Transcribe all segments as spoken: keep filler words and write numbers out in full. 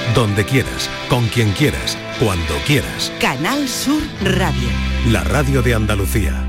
donde quieras, con quien quieras, cuando quieras. Canal Sur Radio. La radio de Andalucía.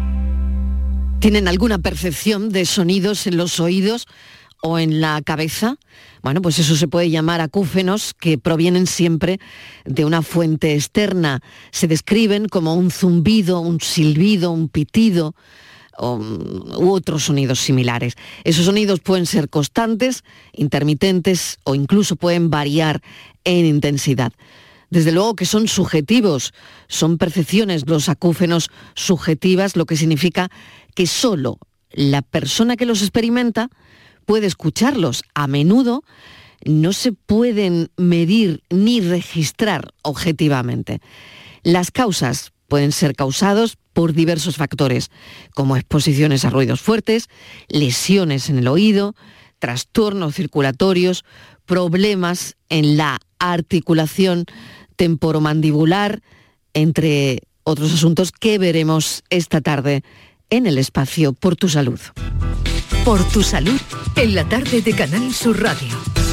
¿Tienen alguna percepción de sonidos en los oídos o en la cabeza? Bueno, pues eso se puede llamar acúfenos, que provienen siempre de una fuente externa. Se describen como un zumbido, un silbido, un pitido o, u otros sonidos similares. Esos sonidos pueden ser constantes, intermitentes o incluso pueden variar en intensidad. Desde luego que son subjetivos, son percepciones, los acúfenos subjetivas, lo que significa que solo la persona que los experimenta puede escucharlos. A menudo no se pueden medir ni registrar objetivamente. Las causas pueden ser causados por diversos factores, como exposiciones a ruidos fuertes, lesiones en el oído, trastornos circulatorios, problemas en la articulación temporomandibular, entre otros asuntos que veremos esta tarde en el espacio Por tu Salud. Por tu Salud, en la tarde de Canal Sur Radio.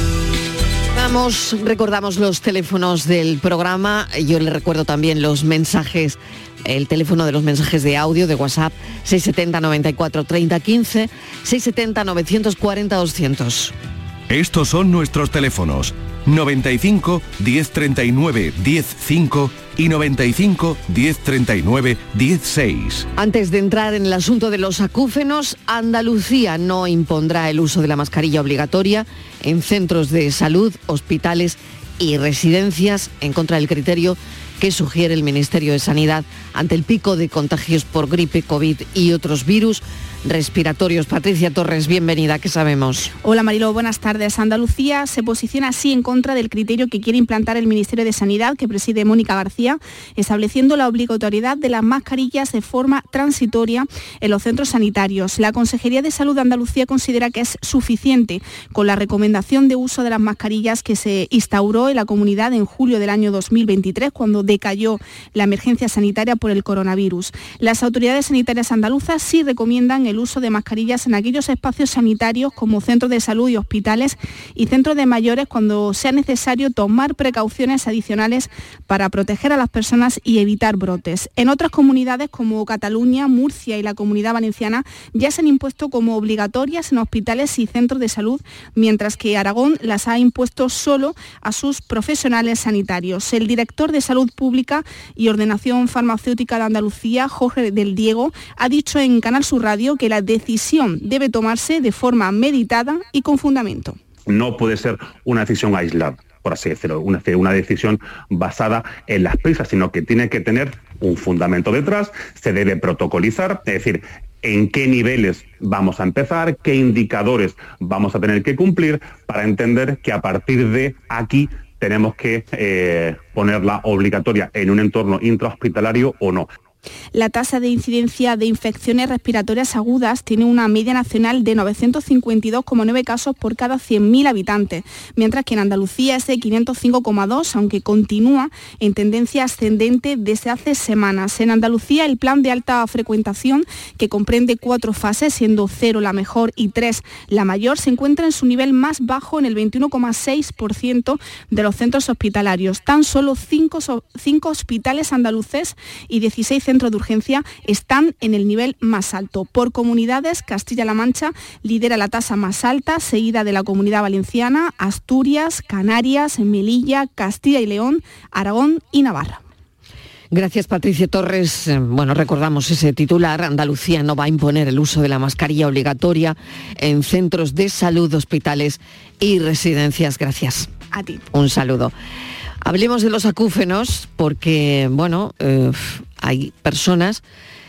Vamos, recordamos los teléfonos del programa. Yo le recuerdo también los mensajes, el teléfono de los mensajes de audio de WhatsApp, seis siete cero, noventa y cuatro, treinta, quince, seis siete cero, novecientos cuarenta, doscientos. Estos son nuestros teléfonos: noventa y cinco, diez treinta y nueve, diez cinco y noventa y cinco, diez treinta y nueve, diez seis. Antes de entrar en el asunto de los acúfenos, Andalucía no impondrá el uso de la mascarilla obligatoria en centros de salud, hospitales y residencias, en contra del criterio que sugiere el Ministerio de Sanidad ante el pico de contagios por gripe, COVID y otros virus respiratorios. Patricia Torres, bienvenida, ¿qué sabemos? Hola Mariló, buenas tardes. Andalucía se posiciona así en contra del criterio que quiere implantar el Ministerio de Sanidad, que preside Mónica García, estableciendo la obligatoriedad de las mascarillas de forma transitoria en los centros sanitarios. La Consejería de Salud de Andalucía considera que es suficiente con la recomendación de uso de las mascarillas que se instauró en la comunidad en julio del año dos mil veintitrés, cuando decayó la emergencia sanitaria por el coronavirus. Las autoridades sanitarias andaluzas sí recomiendan el uso de mascarillas en aquellos espacios sanitarios como centros de salud y hospitales y centros de mayores, cuando sea necesario tomar precauciones adicionales para proteger a las personas y evitar brotes. En otras comunidades como Cataluña, Murcia y la Comunidad Valenciana ya se han impuesto como obligatorias en hospitales y centros de salud, mientras que Aragón las ha impuesto solo a sus profesionales sanitarios. El director de Salud Pública y Ordenación Farmacéutica de Andalucía, Jorge del Diego, ha dicho en Canal Sur Radio que la decisión debe tomarse de forma meditada y con fundamento. No puede ser una decisión aislada, por así decirlo, una, una decisión basada en las prisas, sino que tiene que tener un fundamento detrás, se debe protocolizar, es decir, en qué niveles vamos a empezar, qué indicadores vamos a tener que cumplir para entender que a partir de aquí tenemos que eh, ponerla obligatoria en un entorno intrahospitalario o no. La tasa de incidencia de infecciones respiratorias agudas tiene una media nacional de novecientos cincuenta y dos coma nueve casos por cada cien mil habitantes, mientras que en Andalucía es de quinientos cinco coma dos, aunque continúa en tendencia ascendente desde hace semanas. En Andalucía, el plan de alta frecuentación, que comprende cuatro fases, siendo cero la mejor y tres la mayor, se encuentra en su nivel más bajo en el veintiuno coma seis por ciento de los centros hospitalarios. Tan solo cinco, cinco hospitales andaluces y dieciséis centros de urgencia están en el nivel más alto. Por comunidades, Castilla-La Mancha lidera la tasa más alta, seguida de la Comunidad Valenciana, Asturias, Canarias, Melilla, Castilla y León, Aragón y Navarra. Gracias, Patricia Torres. Bueno, recordamos ese titular: Andalucía no va a imponer el uso de la mascarilla obligatoria en centros de salud, hospitales y residencias. Gracias. A ti. Un saludo. Hablemos de los acúfenos porque, bueno, eh, hay personas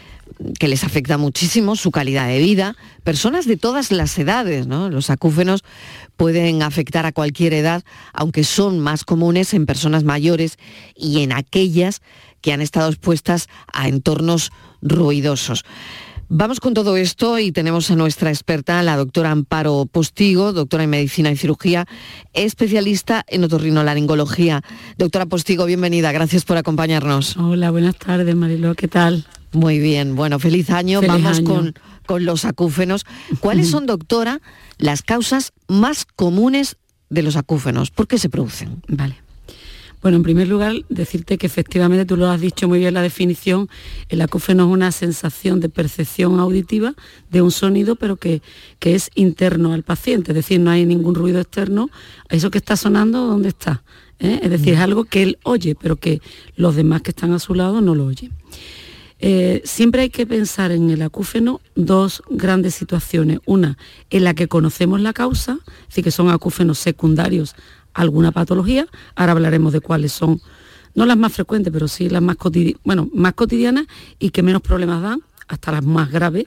que les afecta muchísimo su calidad de vida, personas de todas las edades, ¿no? Los acúfenos pueden afectar a cualquier edad, aunque son más comunes en personas mayores y en aquellas que han estado expuestas a entornos ruidosos. Vamos con todo esto y tenemos a nuestra experta, la doctora Amparo Postigo, doctora en Medicina y Cirugía, especialista en otorrinolaringología. Doctora Postigo, bienvenida, gracias por acompañarnos. Hola, buenas tardes, Mariló, ¿qué tal? Muy bien, bueno, feliz año. Feliz Vamos año. Con, con los acúfenos. ¿Cuáles son, doctora, las causas más comunes de los acúfenos? ¿Por qué se producen? Vale. Bueno, en primer lugar, decirte que efectivamente tú lo has dicho muy bien la definición, el acúfeno es una sensación de percepción auditiva de un sonido, pero que, que es interno al paciente, es decir, no hay ningún ruido externo, eso que está sonando, ¿dónde está? ¿Eh? Es decir, es algo que él oye, pero que los demás que están a su lado no lo oyen. Eh, siempre hay que pensar en el acúfeno dos grandes situaciones, una en la que conocemos la causa, es decir, que son acúfenos secundarios a alguna patología, ahora hablaremos de cuáles son, no las más frecuentes, pero sí las más, cotidi- bueno, más cotidianas y que menos problemas dan, hasta las más graves,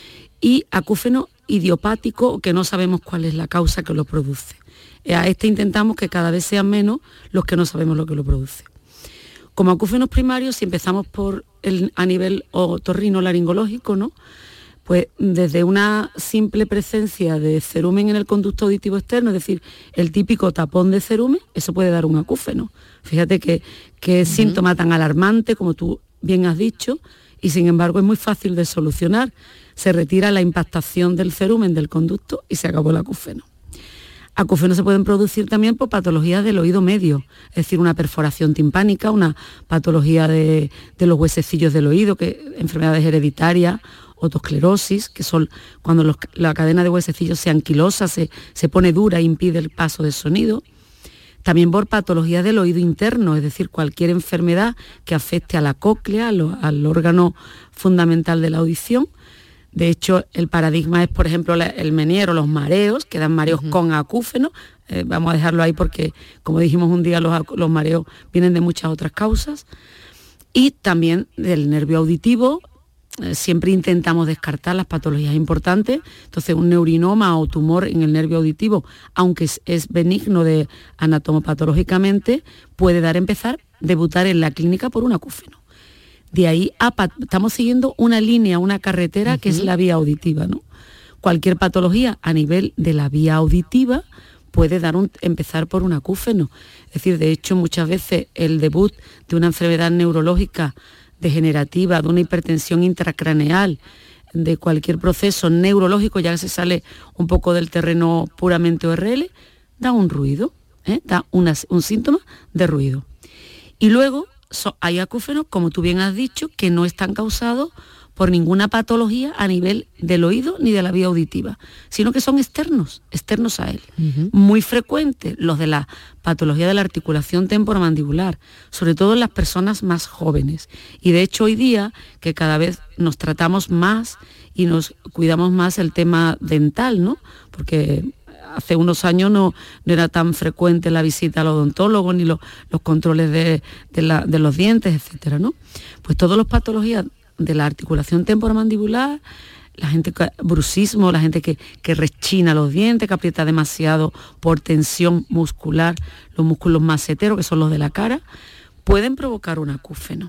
y acúfeno idiopático, que no sabemos cuál es la causa que lo produce. A este intentamos que cada vez sean menos los que no sabemos lo que lo produce. Como acúfenos primarios, si empezamos por el, a nivel otorrino-laringológico, ¿no? Pues desde una simple presencia de cerumen en el conducto auditivo externo, es decir, el típico tapón de cerumen, eso puede dar un acúfeno. Fíjate que, que uh-huh. síntoma tan alarmante, como tú bien has dicho, y sin embargo es muy fácil de solucionar. Se retira la impactación del cerumen del conducto y se acabó el acúfeno. Acúfenos se pueden producir también por patologías del oído medio, es decir, una perforación timpánica, una patología de, de los huesecillos del oído, que, enfermedades hereditarias, otosclerosis, que son cuando los, la cadena de huesecillos se anquilosa, se, se pone dura e impide el paso del sonido. También por patologías del oído interno, es decir, cualquier enfermedad que afecte a la cóclea, al, al órgano fundamental de la audición. De hecho, el paradigma es, por ejemplo, el meniero, los mareos, que dan mareos uh-huh. con acúfeno. Eh, vamos a dejarlo ahí porque, como dijimos un día, los, los mareos vienen de muchas otras causas. Y también del nervio auditivo. Eh, siempre intentamos descartar las patologías importantes. Entonces, un neurinoma o tumor en el nervio auditivo, aunque es, es benigno de anatomopatológicamente, puede dar empezar, debutar en la clínica por un acúfeno. De ahí a, estamos siguiendo una línea, una carretera uh-huh. que es la vía auditiva, ¿no? Cualquier patología a nivel de la vía auditiva puede dar un, empezar por un acúfeno. Es decir, de hecho, muchas veces el debut de una enfermedad neurológica degenerativa, de una hipertensión intracraneal, de cualquier proceso neurológico, ya que se sale un poco del terreno puramente O R L, da un ruido, ¿eh? da una, un síntoma de ruido. Y luego So, hay acúfenos, como tú bien has dicho, que no están causados por ninguna patología a nivel del oído ni de la vía auditiva, sino que son externos, externos a él. Uh-huh. Muy frecuentes los de la patología de la articulación temporomandibular, sobre todo en las personas más jóvenes. Y de hecho hoy día, que cada vez nos tratamos más y nos cuidamos más el tema dental, ¿no? Porque hace unos años no, no era tan frecuente la visita al odontólogo ni los, los controles de, de, la, de los dientes, etcétera, ¿no? Pues todas las patologías de la articulación temporomandibular, la gente que bruxismo, la gente que, que rechina los dientes, que aprieta demasiado por tensión muscular, los músculos maceteros, que son los de la cara, pueden provocar un acúfeno.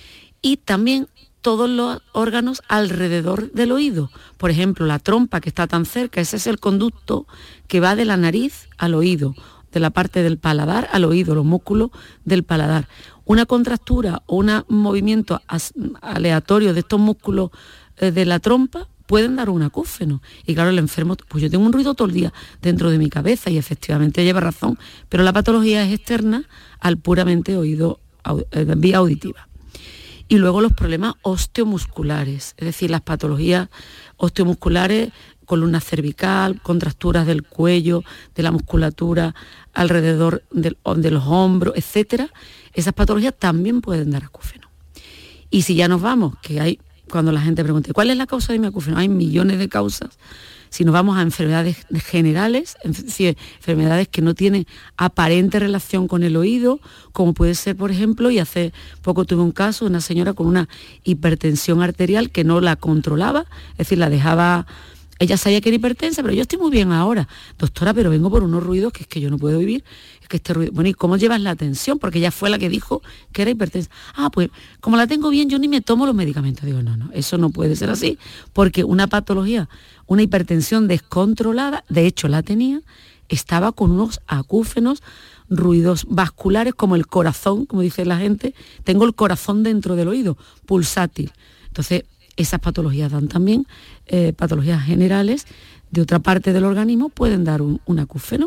Y también todos los órganos alrededor del oído. Por ejemplo, la trompa, que está tan cerca, ese es el conducto que va de la nariz al oído, de la parte del paladar al oído, los músculos del paladar. Una contractura o un movimiento aleatorio de estos músculos eh, de la trompa pueden dar un acúfeno. Y claro, el enfermo, pues yo tengo un ruido todo el día dentro de mi cabeza y efectivamente lleva razón, pero la patología es externa al puramente oído, eh, vía auditiva. Y luego los problemas osteomusculares, es decir, las patologías osteomusculares, columna cervical, contracturas del cuello, de la musculatura alrededor de, de los hombros, etcétera. Esas patologías también pueden dar acúfeno. Y si ya nos vamos, que hay, cuando la gente pregunta, ¿cuál es la causa de mi acúfeno? Hay millones de causas. Si nos vamos a enfermedades generales, enfermedades que no tienen aparente relación con el oído, como puede ser, por ejemplo, y hace poco tuve un caso de una señora con una hipertensión arterial que no la controlaba, es decir, la dejaba, ella sabía que era hipertensa, pero yo estoy muy bien ahora, doctora, pero vengo por unos ruidos que es que yo no puedo vivir, es que este ruido, bueno, ¿y cómo llevas la atención? Porque ella fue la que dijo que era hipertensa. Ah, pues como la tengo bien, yo ni me tomo los medicamentos. Digo, no, no, eso no puede ser así, porque una patología, una hipertensión descontrolada, de hecho la tenía, estaba con unos acúfenos, ruidos vasculares como el corazón, como dice la gente, tengo el corazón dentro del oído, pulsátil. Entonces, esas patologías dan también, eh, patologías generales de otra parte del organismo pueden dar un, un acúfeno.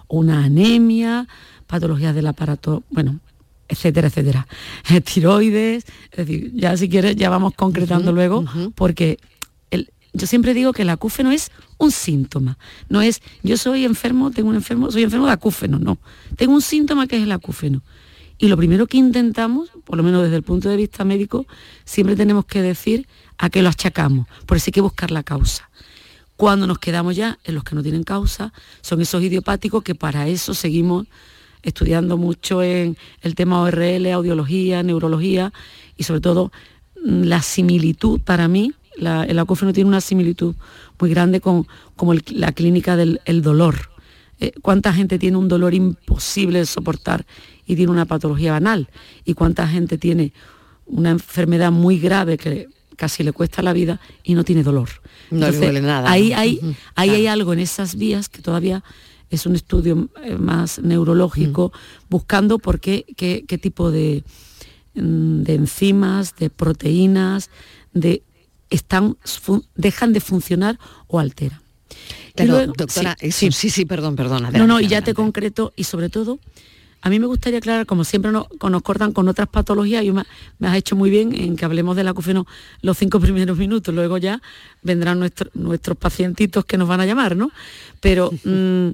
o una anemia, patologías del aparato, bueno, etcétera, etcétera. Tiroides, es decir, ya si quieres ya vamos concretando uh-huh, luego, uh-huh. porque el, yo siempre digo que el acúfeno es un síntoma, no es yo soy enfermo, tengo un enfermo, soy enfermo de acúfeno, no, tengo un síntoma que es el acúfeno. Y lo primero que intentamos, por lo menos desde el punto de vista médico, siempre tenemos que decir a qué lo achacamos, por eso hay que buscar la causa. Cuando nos quedamos ya en los que no tienen causa, son esos idiopáticos que para eso seguimos estudiando mucho en el tema O R L, audiología, neurología y sobre todo la similitud para mí, la, el acúfeno tiene una similitud muy grande con como el, la clínica del el dolor. Eh, ¿Cuánta gente tiene un dolor imposible de soportar y tiene una patología banal? ¿Y cuánta gente tiene una enfermedad muy grave que casi le cuesta la vida y no tiene dolor? No Entonces, le duele nada. Ahí, hay, uh-huh, ahí claro. hay algo en esas vías que todavía es un estudio más neurológico, mm. buscando por qué, qué, qué tipo de, de enzimas, de proteínas, de están fun, dejan de funcionar o alteran. Claro, luego, doctora, sí, sí, sí, sí, perdón, perdón. Adelante, no, no, y ya adelante. te concreto, y sobre todo, a mí me gustaría aclarar, como siempre nos, nos cortan con otras patologías, y me, me has hecho muy bien en que hablemos del acúfeno los cinco primeros minutos, luego ya vendrán nuestro, nuestros pacientitos que nos van a llamar, ¿no? Pero, mmm,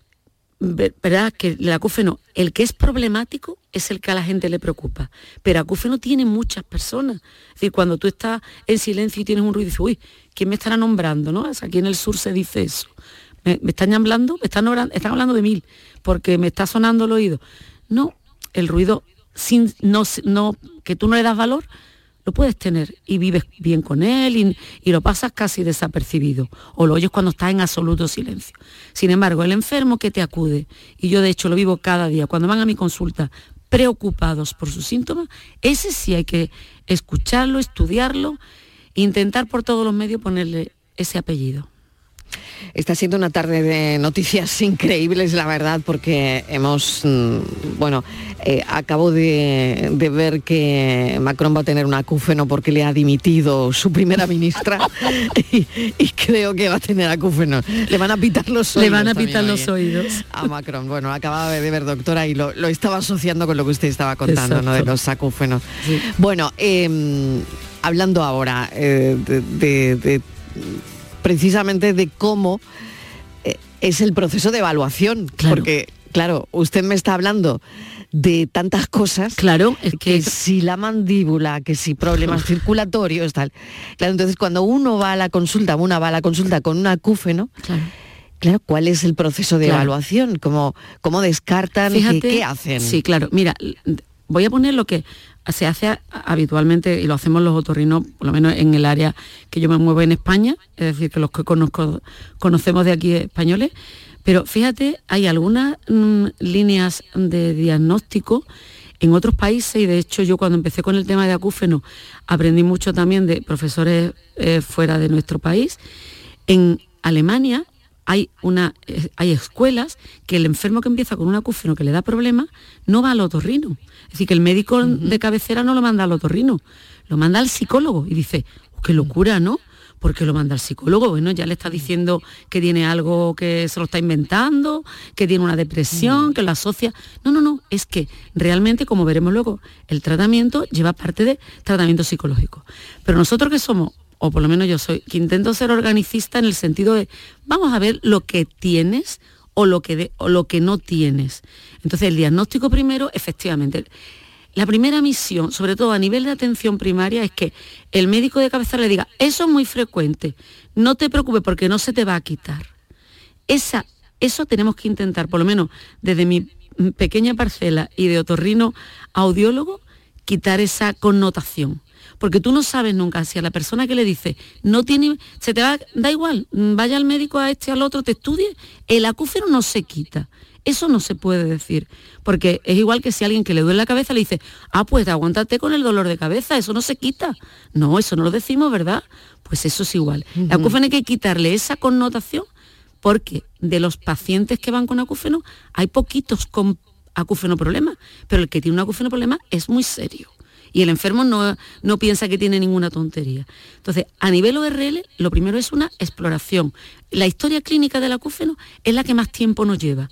verdad que el acúfeno, el que es problemático es el que a la gente le preocupa, pero acúfeno tiene muchas personas. Es decir, cuando tú estás en silencio y tienes un ruido y dices, uy, ¿quién me estará nombrando? ¿No? O sea, aquí en el sur se dice eso. ¿Me, me están hablando? ¿Me están, obrando, están hablando de mí porque me está sonando el oído? No, el ruido sin, no, no, que tú no le das valor, lo puedes tener y vives bien con él y, y lo pasas casi desapercibido o lo oyes cuando estás en absoluto silencio. Sin embargo, el enfermo que te acude, y yo de hecho lo vivo cada día, cuando van a mi consulta preocupados por sus síntomas, ese sí hay que escucharlo, estudiarlo e intentar por todos los medios ponerle ese apellido. Está siendo una tarde de noticias increíbles, la verdad, porque hemos, bueno, eh, acabo de, de ver que Macron va a tener un acúfeno porque le ha dimitido su primera ministra y, y creo que va a tener acúfeno. Le van a pitar los oídos. Le van a pitar los oídos. A Macron. Bueno, acababa de ver, doctora, y lo, lo estaba asociando con lo que usted estaba contando, exacto, ¿no? De los acúfenos. Sí. Bueno, eh, hablando ahora eh, de... de, de precisamente de cómo eh, es el proceso de evaluación, claro. Porque, claro, usted me está hablando de tantas cosas, claro, es que, que si la mandíbula, que si problemas circulatorios, tal. Claro, entonces cuando uno va a la consulta, una va a la consulta con un acúfeno, claro, claro, ¿cuál es el proceso de claro. evaluación? ¿Cómo, cómo descartan? Fíjate, ¿qué, ¿Qué hacen? Sí, claro, mira, voy a poner lo que se hace habitualmente y lo hacemos los otorrinos, por lo menos en el área que yo me muevo en España, es decir, que los que conozco, conocemos de aquí españoles, pero fíjate, hay algunas mmm, líneas de diagnóstico en otros países y de hecho yo cuando empecé con el tema de acúfeno aprendí mucho también de profesores eh, fuera de nuestro país. En Alemania hay, una, eh, hay escuelas que el enfermo que empieza con un acúfeno que le da problemas no va al otorrino. Es decir, que el médico uh-huh. de cabecera no lo manda al otorrino, lo manda al psicólogo y dice, oh, qué locura, ¿no? ¿Por qué lo manda al psicólogo? Bueno, ya le está diciendo que tiene algo que se lo está inventando, que tiene una depresión, uh-huh. que lo asocia. No, no, no, es que realmente, como veremos luego, el tratamiento lleva parte de tratamiento psicológico. Pero nosotros que somos, o por lo menos yo soy, que intento ser organicista en el sentido de, vamos a ver lo que tienes o lo que, de, o lo que no tienes. Entonces, el diagnóstico primero, efectivamente, la primera misión, sobre todo a nivel de atención primaria, es que el médico de cabecera le diga, eso es muy frecuente, no te preocupes porque no se te va a quitar. Esa, eso tenemos que intentar, por lo menos desde mi pequeña parcela y de otorrino audiólogo, quitar esa connotación. Porque tú no sabes nunca si a la persona que le dice, no tiene, se te va, da igual, vaya al médico a este, al otro, te estudie, el acúfeno no se quita. Eso no se puede decir, porque es igual que si a alguien que le duele la cabeza le dice, ah, pues aguántate con el dolor de cabeza, eso no se quita. No, eso no lo decimos, ¿verdad? Pues eso es igual. Uh-huh. El acúfeno hay que quitarle esa connotación, porque de los pacientes que van con acúfeno, hay poquitos con acúfeno problema, pero el que tiene un acúfeno problema es muy serio. Y el enfermo no, no piensa que tiene ninguna tontería. Entonces, a nivel O R L, lo primero es una exploración. La historia clínica del acúfeno es la que más tiempo nos lleva. Es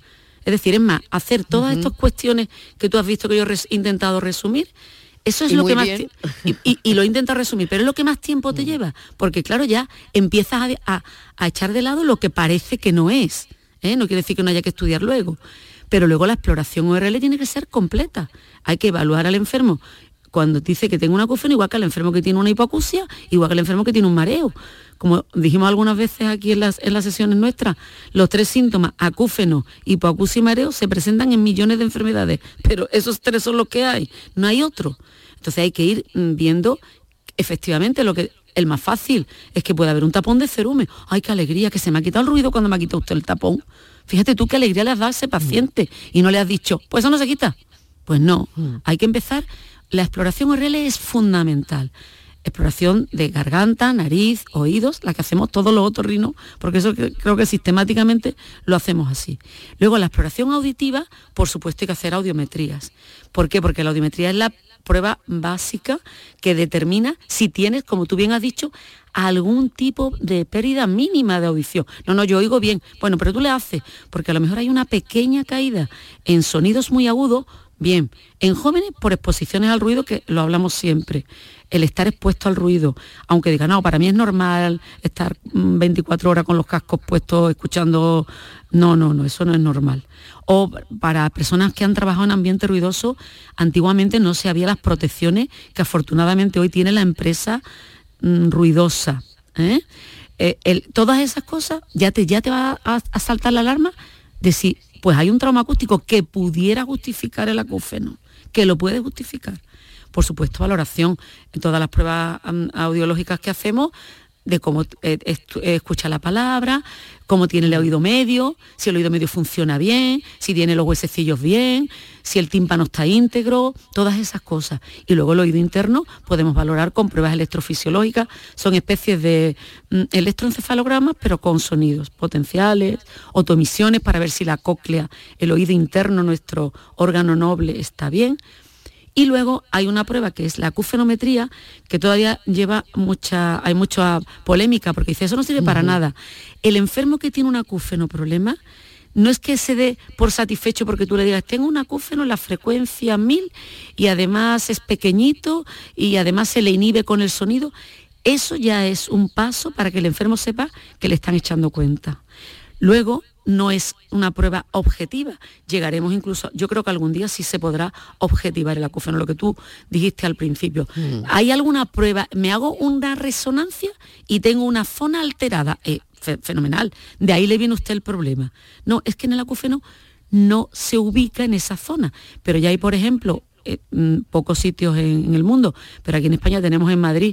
Es decir, es más, hacer todas uh-huh. estas cuestiones que tú has visto que yo he res- intentado resumir, eso es y lo que más... bien. Ti- y, y, y lo he intentado resumir, pero es lo que más tiempo te lleva, porque claro, ya empiezas a, a, a echar de lado lo que parece que no es, ¿eh? No quiere decir que no haya que estudiar luego, pero luego la exploración U R L tiene que ser completa. Hay que evaluar al enfermo cuando dice que tengo un acúfeno, igual que al enfermo que tiene una hipoacusia, igual que al enfermo que tiene un mareo. Como dijimos algunas veces aquí en las, en las sesiones nuestras, los tres síntomas, acúfeno, hipoacusia y mareo, se presentan en millones de enfermedades, pero esos tres son los que hay, no hay otro. Entonces hay que ir viendo efectivamente lo que... El más fácil es que puede haber un tapón de cerumen. ¡Ay, qué alegría! Que se me ha quitado el ruido cuando me ha quitado usted el tapón. Fíjate tú qué alegría le has dado a ese paciente y no le has dicho, pues eso no se quita. Pues no, hay que empezar. La exploración U R L es fundamental. Exploración de garganta, nariz, oídos, la que hacemos todos los otorrinos, porque eso creo que sistemáticamente lo hacemos así. Luego la exploración auditiva, por supuesto hay que hacer audiometrías. ¿Por qué? Porque la audiometría es la prueba básica que determina si tienes, como tú bien has dicho, algún tipo de pérdida mínima de audición. No, no, yo oigo bien. Bueno, pero tú le haces, porque a lo mejor hay una pequeña caída en sonidos muy agudos. Bien, en jóvenes por exposiciones al ruido, que lo hablamos siempre, el estar expuesto al ruido, aunque digan, no, para mí es normal estar veinticuatro horas con los cascos puestos escuchando, no, no, no, eso no es normal. O para personas que han trabajado en ambiente ruidoso, antiguamente no se había las protecciones que afortunadamente hoy tiene la empresa mmm, ruidosa, ¿eh? Eh, el, todas esas cosas ya te, ya te va a, a saltar la alarma de si pues hay un trauma acústico que pudiera justificar el acúfeno, que lo puede justificar. Por supuesto, valoración en todas las pruebas um, audiológicas que hacemos, de cómo eh, est- escucha la palabra, cómo tiene el oído medio, si el oído medio funciona bien, si tiene los huesecillos bien, si el tímpano está íntegro, todas esas cosas. Y luego el oído interno podemos valorar con pruebas electrofisiológicas, son especies de mm, electroencefalogramas, pero con sonidos potenciales, otoemisiones para ver si la cóclea, el oído interno, nuestro órgano noble, está bien. Y luego hay una prueba que es la acúfenometría, que todavía lleva mucha, hay mucha polémica, porque dice, eso no sirve para uh-huh. nada. El enfermo que tiene un acúfeno problema, no es que se dé por satisfecho porque tú le digas, tengo un acúfeno en la frecuencia mil y además es pequeñito y además se le inhibe con el sonido. Eso ya es un paso para que el enfermo sepa que le están echando cuenta. Luego, no es una prueba objetiva. Llegaremos incluso, yo creo que algún día sí se podrá objetivar el acúfeno, lo que tú dijiste al principio. Mm. ¿Hay alguna prueba? Me hago una resonancia y tengo una zona alterada. Eh, fe- fenomenal. De ahí le viene usted el problema. No, es que en el acúfeno no se ubica en esa zona. Pero ya hay, por ejemplo, eh, pocos sitios en, en el mundo, pero aquí en España tenemos en Madrid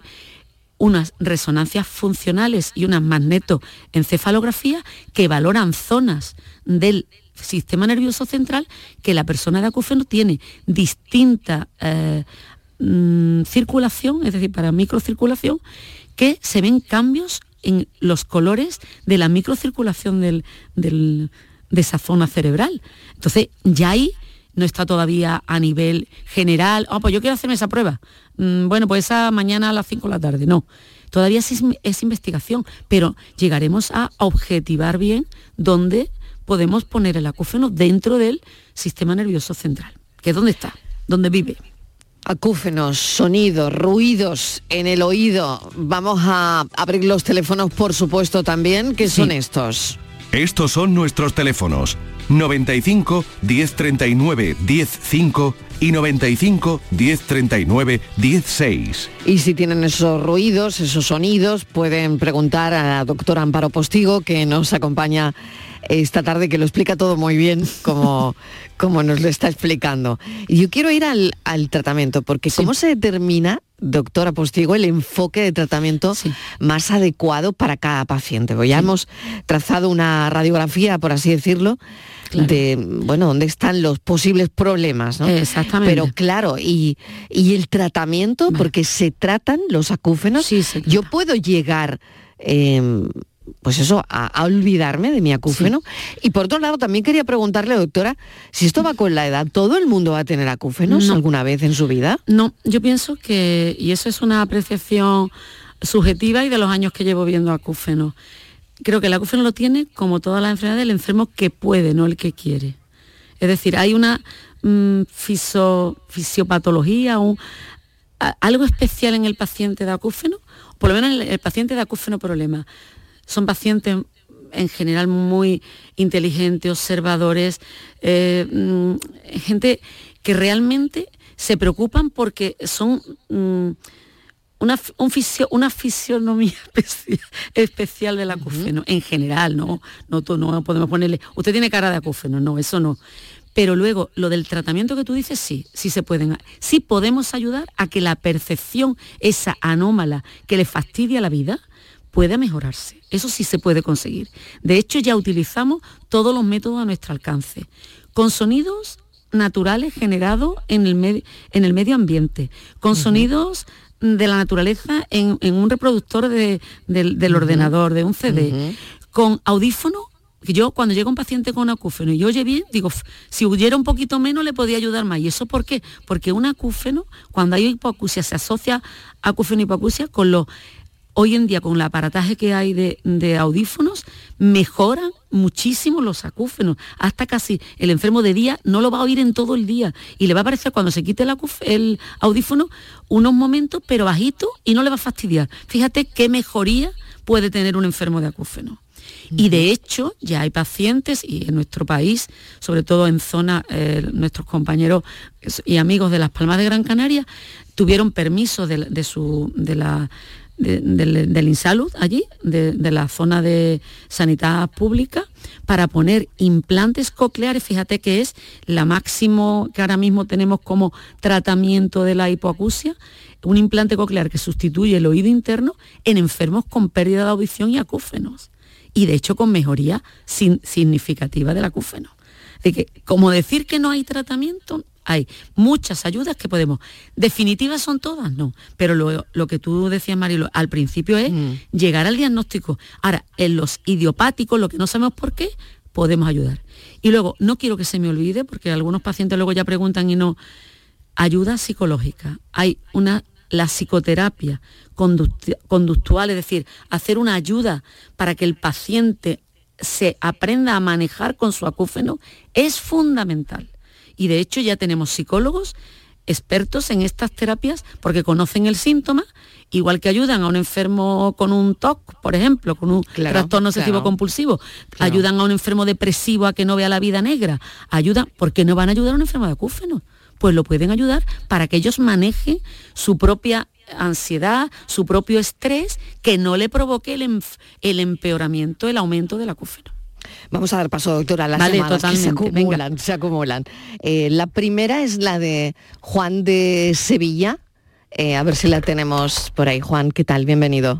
unas resonancias funcionales y unas magnetoencefalografías que valoran zonas del sistema nervioso central que la persona de acúfeno tiene distinta eh, mmm, circulación, es decir, para microcirculación, que se ven cambios en los colores de la microcirculación del, del, de esa zona cerebral. Entonces, ya ahí no está todavía a nivel general, oh, pues yo quiero hacerme esa prueba. Mm, bueno, pues esa mañana a las cinco de la tarde. No, todavía es, es investigación, pero llegaremos a objetivar bien dónde podemos poner el acúfeno dentro del sistema nervioso central, que es donde está, donde vive. Acúfenos, sonidos, ruidos en el oído. Vamos a abrir los teléfonos, por supuesto, también. ¿Qué sí. son estos? Estos son nuestros teléfonos. noventa y cinco, diez treinta y nueve, diez cinco y noventa y cinco, diez treinta y nueve, diez seis. Y si tienen esos ruidos, esos sonidos, pueden preguntar a la doctora Amparo Postigo, que nos acompaña esta tarde, que lo explica todo muy bien, como, como nos lo está explicando. Y yo quiero ir al, al tratamiento, porque sí. ¿cómo se determina, doctora Postigo, el enfoque de tratamiento sí. más adecuado para cada paciente? Pues ya sí. hemos trazado una radiografía, por así decirlo, claro. de, bueno, dónde están los posibles problemas, ¿no? Exactamente. Pero claro, y, y el tratamiento, vale. porque se tratan los acúfenos, sí, se yo puedo llegar... Eh, pues eso, a, a olvidarme de mi acúfeno. Sí. Y por otro lado, también quería preguntarle, doctora, si esto va con la edad, ¿todo el mundo va a tener acúfenos no. alguna vez en su vida? No, yo pienso que, y eso es una apreciación subjetiva y de los años que llevo viendo acúfenos, creo que el acúfeno lo tiene, como todas las enfermedades, el enfermo que puede, no el que quiere. Es decir, hay una mmm, fisio, fisiopatología, un, a, algo especial en el paciente de acúfeno, por lo menos el, el paciente de acúfeno problema. Son pacientes en general muy inteligentes, observadores, eh, mmm, gente que realmente se preocupan porque son mmm, una, un fisio, una fisionomía especial, especial del acúfeno, uh-huh. en general, no, no, no podemos ponerle, usted tiene cara de acúfeno, no, eso no. Pero luego, lo del tratamiento que tú dices, sí, sí se pueden, sí podemos ayudar a que la percepción, esa anómala que le fastidia la vida, pueda mejorarse. Eso sí se puede conseguir. De hecho, ya utilizamos todos los métodos a nuestro alcance, con sonidos naturales generados en el, med- en el medio ambiente, con uh-huh. sonidos de la naturaleza en, en un reproductor de, de, del uh-huh. ordenador, de un C D, uh-huh. con audífonos. Yo cuando llega un paciente con acúfeno y oye bien, digo, si huyera un poquito menos le podía ayudar más. ¿Y eso por qué? Porque un acúfeno, cuando hay hipoacusia, se asocia acúfeno y hipoacusia con los... Hoy en día, con el aparataje que hay de, de audífonos, mejoran muchísimo los acúfenos. Hasta casi el enfermo de día no lo va a oír en todo el día. Y le va a parecer, cuando se quite el, acuf- el audífono, unos momentos, pero bajito, y no le va a fastidiar. Fíjate qué mejoría puede tener un enfermo de acúfeno. Y de hecho, ya hay pacientes, y en nuestro país, sobre todo en zona, eh, nuestros compañeros y amigos de Las Palmas de Gran Canaria, tuvieron permiso de, de, su, de la... De, de, del Insalud allí, de, de la zona de sanidad pública, para poner implantes cocleares. Fíjate que es la máximo que ahora mismo tenemos como tratamiento de la hipoacusia, un implante coclear que sustituye el oído interno en enfermos con pérdida de audición y acúfenos, y de hecho con mejoría sin, significativa del acúfeno. De que, como decir que no hay tratamiento, hay muchas ayudas que podemos. ¿Definitivas son todas? No. Pero lo, lo que tú decías, Marilo, al principio es mm. llegar al diagnóstico. Ahora, en los idiopáticos, lo que no sabemos por qué, podemos ayudar. Y luego, no quiero que se me olvide, porque algunos pacientes luego ya preguntan y no, ayuda psicológica. Hay una, la psicoterapia conduct- conductual, es decir, hacer una ayuda para que el paciente se aprenda a manejar con su acúfeno, es fundamental. Y de hecho ya tenemos psicólogos expertos en estas terapias porque conocen el síntoma, igual que ayudan a un enfermo con un T O C, por ejemplo, con un claro, trastorno obsesivo claro. compulsivo, claro. ayudan a un enfermo depresivo a que no vea la vida negra, ayudan, ¿por qué no van a ayudar a un enfermo de acúfeno? Pues lo pueden ayudar para que ellos manejen su propia ansiedad, su propio estrés, que no le provoque el, enf- el empeoramiento, el aumento del acúfeno. Vamos a dar paso, doctora, a las vale, llamadas que se acumulan, Venga. se acumulan. Eh, la primera es la de Juan de Sevilla. Eh, a ver si la tenemos por ahí. Juan, ¿qué tal? Bienvenido.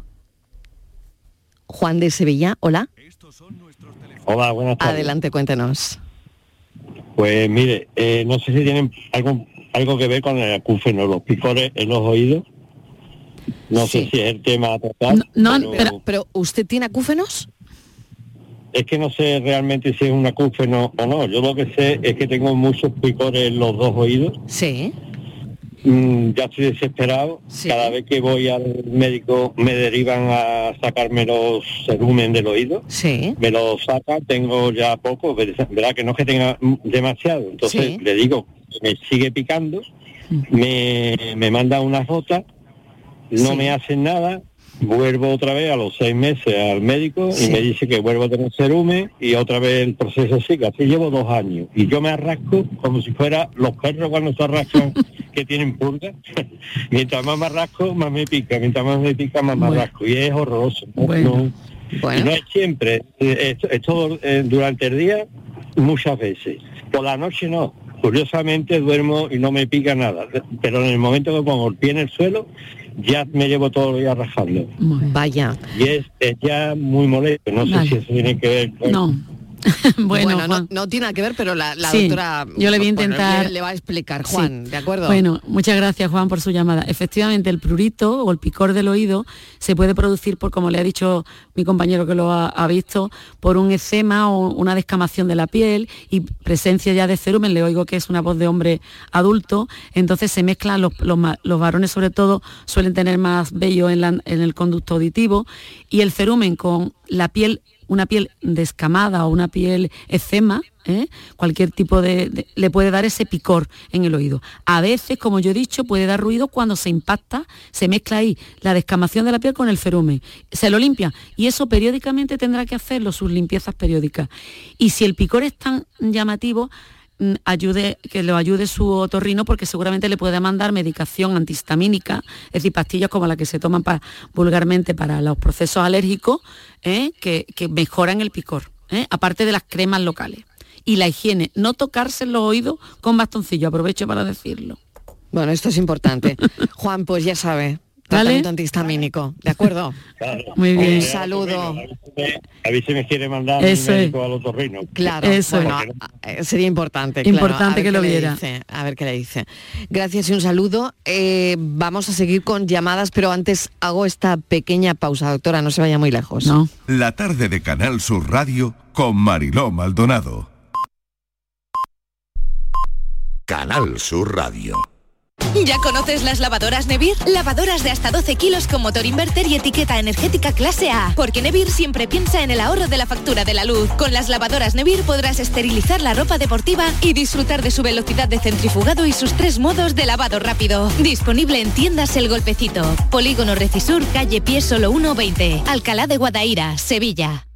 Juan de Sevilla, hola. Hola, buenas tardes. Adelante, cuéntenos. Pues mire, eh, no sé si tienen algo, algo que ver con el acúfeno, los picores en los oídos. No sí. sé si es el tema a tratar. No, no pero... Pero, pero ¿usted tiene acúfenos? Es que no sé realmente si es un acúfeno o no. Yo lo que sé es que tengo muchos picores en los dos oídos. Sí. Mm, ya estoy desesperado. Sí. Cada vez que voy al médico me derivan a sacarme los cerumen del oído. Sí. Me los sacan, tengo ya poco, verdad que no es que tenga demasiado. Entonces sí. le digo, me sigue picando, me, me manda unas gotas, no sí. me hacen nada. Vuelvo otra vez a los seis meses al médico sí. y me dice que vuelvo a tener cerumen y otra vez el proceso sigue. Así llevo dos años y yo me arrasco como si fuera los perros cuando se arrascan que tienen purga. Mientras más me arrasco, más me pica. Mientras más me pica, más me bueno. arrasco. Y es horroroso. ¿no? Bueno. No, bueno. Y no es siempre. Es, es todo eh, durante el día, muchas veces. Por la noche no. Curiosamente duermo y no me pica nada. Pero en el momento que pongo el pie en el suelo, ya me llevo todo el día rajando. Vaya. Y es, es ya muy molesto. No vale. sé si eso tiene que ver con... No. bueno, bueno no, no tiene nada que ver, pero la, la sí, doctora yo le voy a intentar bueno, le, le va a explicar, Juan, sí. ¿de acuerdo? Bueno, muchas gracias, Juan, por su llamada. Efectivamente, el prurito o el picor del oído se puede producir por, como le ha dicho mi compañero que lo ha, ha visto, por un eczema o una descamación de la piel y presencia ya de cerumen. Le oigo que es una voz de hombre adulto, entonces se mezclan los, los, los varones, sobre todo suelen tener más vello en, la, en el conducto auditivo, y el cerumen con la piel, una piel descamada o una piel eczema, ¿eh? Cualquier tipo de, de... le puede dar ese picor en el oído. A veces, como yo he dicho, puede dar ruido cuando se impacta, se mezcla ahí la descamación de la piel con el cerumen. Se lo limpia y eso periódicamente tendrá que hacerlo, sus limpiezas periódicas. Y si el picor es tan llamativo, ayude, que lo ayude su otorrino, porque seguramente le puede mandar medicación antihistamínica, es decir, pastillas como la que se toman para, vulgarmente para los procesos alérgicos, ¿eh? que, que mejoran el picor, ¿eh? aparte de las cremas locales. Y la higiene, no tocarse los oídos con bastoncillo, aprovecho para decirlo. Bueno, esto es importante. Juan, pues ya sabe, tratamiento antihistamínico, ¿de acuerdo? Claro. Muy bien. Un saludo. A ver si me quiere mandar Eso mi médico es. al otorrino. Claro, Eso bueno, es. sería importante. Importante claro. que lo qué le viera. dice, a ver qué le dice. Gracias y un saludo. Eh, vamos a seguir con llamadas, pero antes hago esta pequeña pausa, doctora, no se vaya muy lejos. No. La tarde de Canal Sur Radio con Mariló Maldonado. Canal Sur Radio. ¿Ya conoces las lavadoras Nevir? Lavadoras de hasta doce kilos con motor inverter y etiqueta energética clase A. Porque Nevir siempre piensa en el ahorro de la factura de la luz. Con las lavadoras Nevir podrás esterilizar la ropa deportiva y disfrutar de su velocidad de centrifugado y sus tres modos de lavado rápido. Disponible en tiendas El Golpecito. Polígono Recisur, calle Pie Solo uno veinte. Alcalá de Guadaira, Sevilla.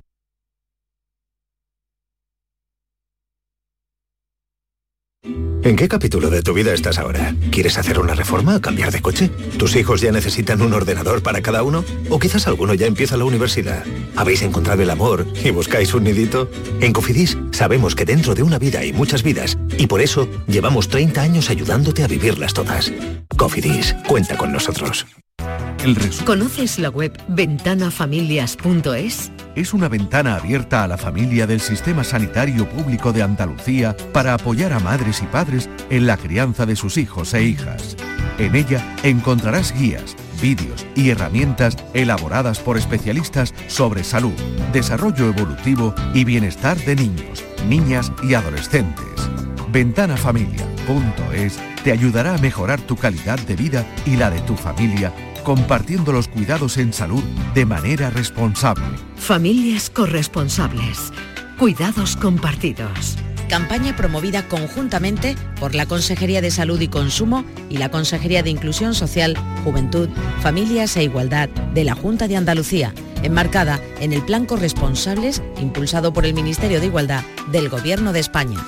¿En qué capítulo de tu vida estás ahora? ¿Quieres hacer una reforma o cambiar de coche? ¿Tus hijos ya necesitan un ordenador para cada uno? ¿O quizás alguno ya empieza la universidad? ¿Habéis encontrado el amor y buscáis un nidito? En Cofidis sabemos que dentro de una vida hay muchas vidas y por eso llevamos treinta años ayudándote a vivirlas todas. Cofidis, cuenta con nosotros. El resumen. ¿Conoces la web ventana familias punto es? Es una ventana abierta a la familia del Sistema Sanitario Público de Andalucía para apoyar a madres y padres en la crianza de sus hijos e hijas. En ella encontrarás guías, vídeos y herramientas elaboradas por especialistas sobre salud, desarrollo evolutivo y bienestar de niños, niñas y adolescentes. ventana familia punto es te ayudará a mejorar tu calidad de vida y la de tu familia, compartiendo los cuidados en salud de manera responsable. Familias corresponsables. Cuidados compartidos. Campaña promovida conjuntamente por la Consejería de Salud y Consumo y la Consejería de Inclusión Social, Juventud, Familias e Igualdad de la Junta de Andalucía, enmarcada en el Plan Corresponsables impulsado por el Ministerio de Igualdad del Gobierno de España.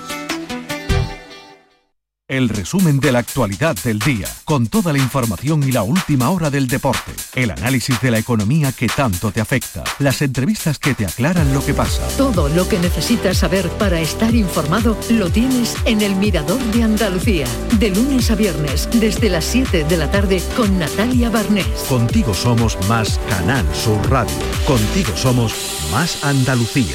El resumen de la actualidad del día, con toda la información y la última hora del deporte, el análisis de la economía que tanto te afecta, las entrevistas que te aclaran lo que pasa. Todo lo que necesitas saber para estar informado lo tienes en El Mirador de Andalucía, de lunes a viernes, desde las siete de la tarde con Natalia Barnés. Contigo somos más Canal Sur Radio, contigo somos más Andalucía.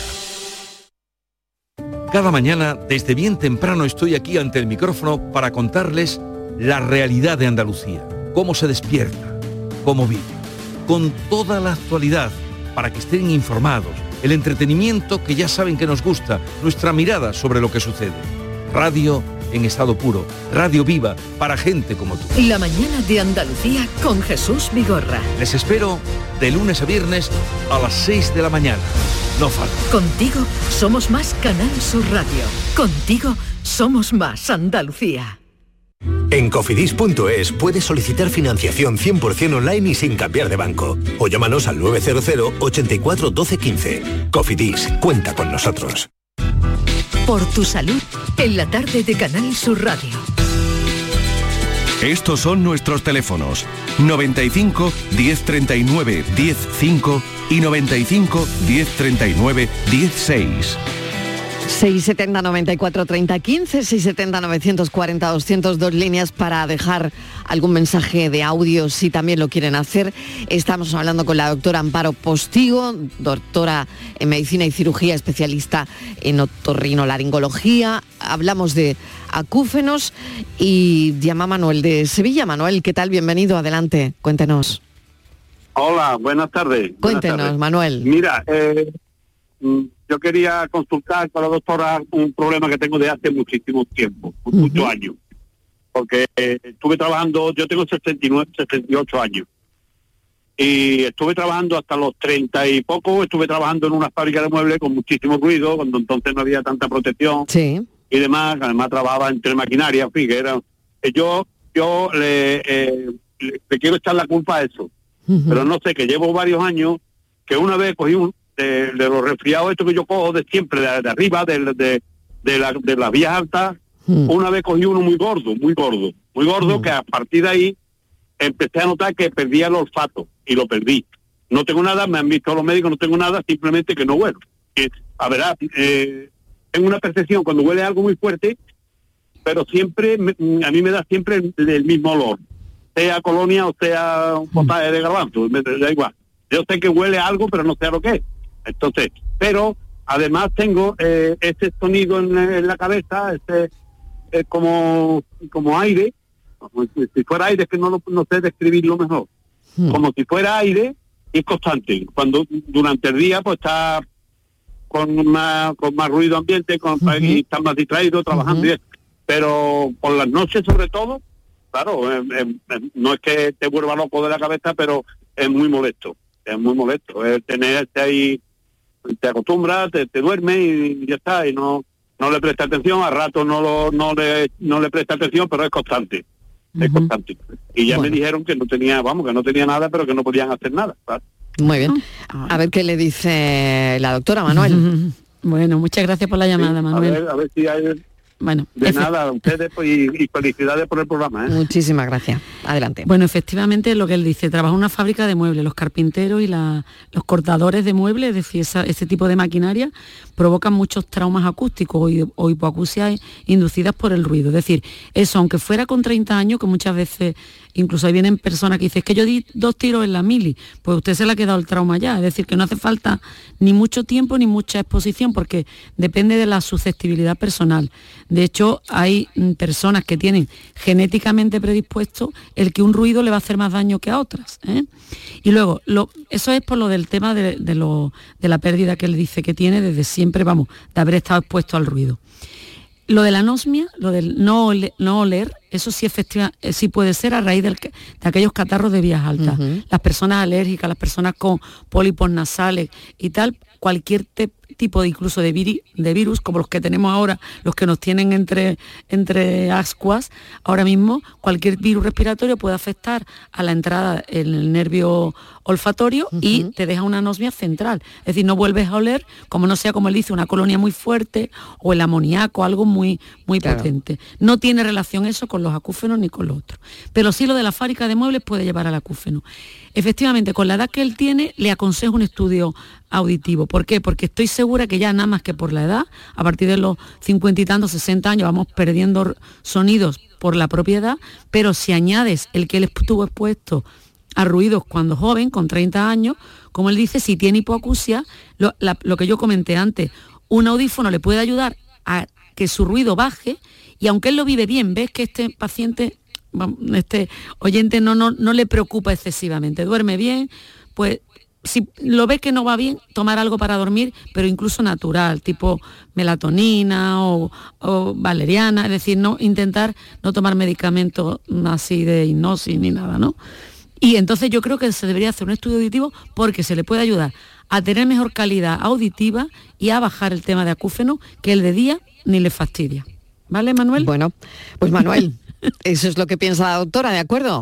Cada mañana, desde bien temprano, estoy aquí ante el micrófono para contarles la realidad de Andalucía, cómo se despierta, cómo vive, con toda la actualidad, para que estén informados, el entretenimiento que ya saben que nos gusta, nuestra mirada sobre lo que sucede. Radio en estado puro, radio viva, para gente como tú. La mañana de Andalucía con Jesús Vigorra. Les espero de lunes a viernes a las seis de la mañana. No falta. Contigo somos más Canal Sur Radio. Contigo somos más Andalucía. En Cofidis punto es puedes solicitar financiación cien por ciento online y sin cambiar de banco. O llámanos al nueve cero cero, ochenta y cuatro, doce, quince. Cofidis, cuenta con nosotros. Por tu salud, en la tarde de Canal Sur Radio. Estos son nuestros teléfonos: noventa y cinco, diez treinta y nueve, diez cinco y noventa y cinco, diez treinta y nueve, diez seis. seiscientos setenta, noventa y cuatro, treinta, quince, seiscientos setenta, novecientos cuarenta, doscientos, dos líneas para dejar algún mensaje de audio si también lo quieren hacer. Estamos hablando con la doctora Amparo Postigo, doctora en Medicina y Cirugía, especialista en otorrinolaringología. Hablamos de acúfenos y llama Manuel de Sevilla. Manuel, ¿qué tal? Bienvenido, adelante, cuéntenos. Hola, buenas tardes. Cuéntenos, buenas tardes. Manuel. Mira, eh, yo quería consultar con la doctora un problema que tengo de hace muchísimo tiempo, uh-huh. muchos años, porque eh, estuve trabajando, yo tengo sesenta y nueve, sesenta y ocho años, Y estuve trabajando hasta los treinta y poco, estuve trabajando en una fábrica de muebles con muchísimo ruido, cuando entonces no había tanta protección sí. y demás. Además trabajaba entre maquinaria, en fin, que era... Yo, yo le, eh, le, le quiero echar la culpa a eso, uh-huh. pero no sé, que llevo varios años, que una vez cogí un, de, de los resfriados estos que yo cojo de siempre, de, de arriba, de, de, de, la, de las vías altas, uh-huh. una vez cogí uno muy gordo, muy gordo, muy gordo, uh-huh. que a partir de ahí empecé a notar que perdía el olfato, y lo perdí. No tengo nada, me han visto los médicos, no tengo nada, simplemente que no huelo. Que, a ver, eh, tengo una percepción cuando huele algo muy fuerte, pero siempre, me, a mí me da siempre el, el mismo olor, sea colonia o sea un potaje de garbanzo, me da igual. Yo sé que huele algo, pero no sé a lo que es. Entonces, pero además tengo eh, ese sonido en, en la cabeza, ese eh, como, como aire, como si, si fuera aire, que no, lo, no sé describirlo mejor. Como si fuera aire, y es constante. Cuando durante el día pues está con más con más ruido ambiente, con, uh-huh. y está más distraído trabajando, uh-huh. y eso. Pero por las noches sobre todo, claro, eh, eh, no es que te vuelva loco de la cabeza, pero es muy molesto, es muy molesto. Es tenerte ahí, te acostumbras, te, te duermes y ya está, y no no le presta atención, a rato no lo no le no le presta atención, pero es constante. Es constante. Y ya bueno. me dijeron que no tenía, vamos, que no tenía nada, pero que no podían hacer nada. ¿Vale? Muy bien. A ver qué le dice la doctora, Manuel. Bueno, muchas gracias por la llamada, sí, Manuel. A ver, a ver si hay... Bueno, de efe... nada, a ustedes pues, y, y felicidades por el programa. ¿eh? Muchísimas gracias. Adelante. Bueno, efectivamente lo que él dice, trabaja en una fábrica de muebles, los carpinteros y la, los cortadores de muebles, es decir, esa, ese tipo de maquinaria provocan muchos traumas acústicos o, o hipoacusias inducidas por el ruido. Es decir, eso, aunque fuera con treinta años, que muchas veces incluso ahí vienen personas que dicen, es que yo di dos tiros en la mili, pues usted se le ha quedado el trauma ya. Es decir, que no hace falta ni mucho tiempo ni mucha exposición, porque depende de la susceptibilidad personal. De hecho, hay personas que tienen genéticamente predispuesto el que un ruido le va a hacer más daño que a otras, ¿eh? Y luego, lo, eso es por lo del tema de, de, lo, de la pérdida que él dice que tiene desde siempre, vamos, de haber estado expuesto al ruido. Lo de la anosmia, lo del no, ole, no oler, eso sí, efectivamente, sí puede ser a raíz del, de aquellos catarros de vías altas. Uh-huh. Las personas alérgicas, las personas con pólipos nasales y tal, cualquier te, tipo de incluso de, viri, de virus, como los que tenemos ahora, los que nos tienen entre, entre ascuas, ahora mismo cualquier virus respiratorio puede afectar a la entrada en el nervio olfatorio, uh-huh. y te deja una anosmia central. Es decir, no vuelves a oler, como no sea, como él dice, una colonia muy fuerte o el amoníaco, algo muy, muy claro. potente. No tiene relación eso con los acúfenos ni con lo otro. Pero sí lo de la fábrica de muebles puede llevar al acúfeno. Efectivamente, con la edad que él tiene, le aconsejo un estudio auditivo. ¿Por qué? Porque estoy segura que ya nada más que por la edad, a partir de los cincuenta y tantos, sesenta años, vamos perdiendo sonidos por la propiedad, pero si añades el que él estuvo expuesto a ruidos cuando joven, con treinta años, como él dice, si tiene hipoacusia, lo, la, lo que yo comenté antes, un audífono le puede ayudar a que su ruido baje, y aunque él lo vive bien, ves que este paciente, este oyente no, no, no le preocupa excesivamente, duerme bien, pues si lo ves que no va bien, tomar algo para dormir, pero incluso natural, tipo melatonina o, o valeriana, es decir, no intentar no tomar medicamentos así de hipnosis ni nada, ¿no? Y entonces yo creo que se debería hacer un estudio auditivo porque se le puede ayudar a tener mejor calidad auditiva y a bajar el tema de acúfeno, que el de día ni le fastidia. ¿Vale, Manuel? Bueno, pues Manuel, eso es lo que piensa la doctora, ¿de acuerdo?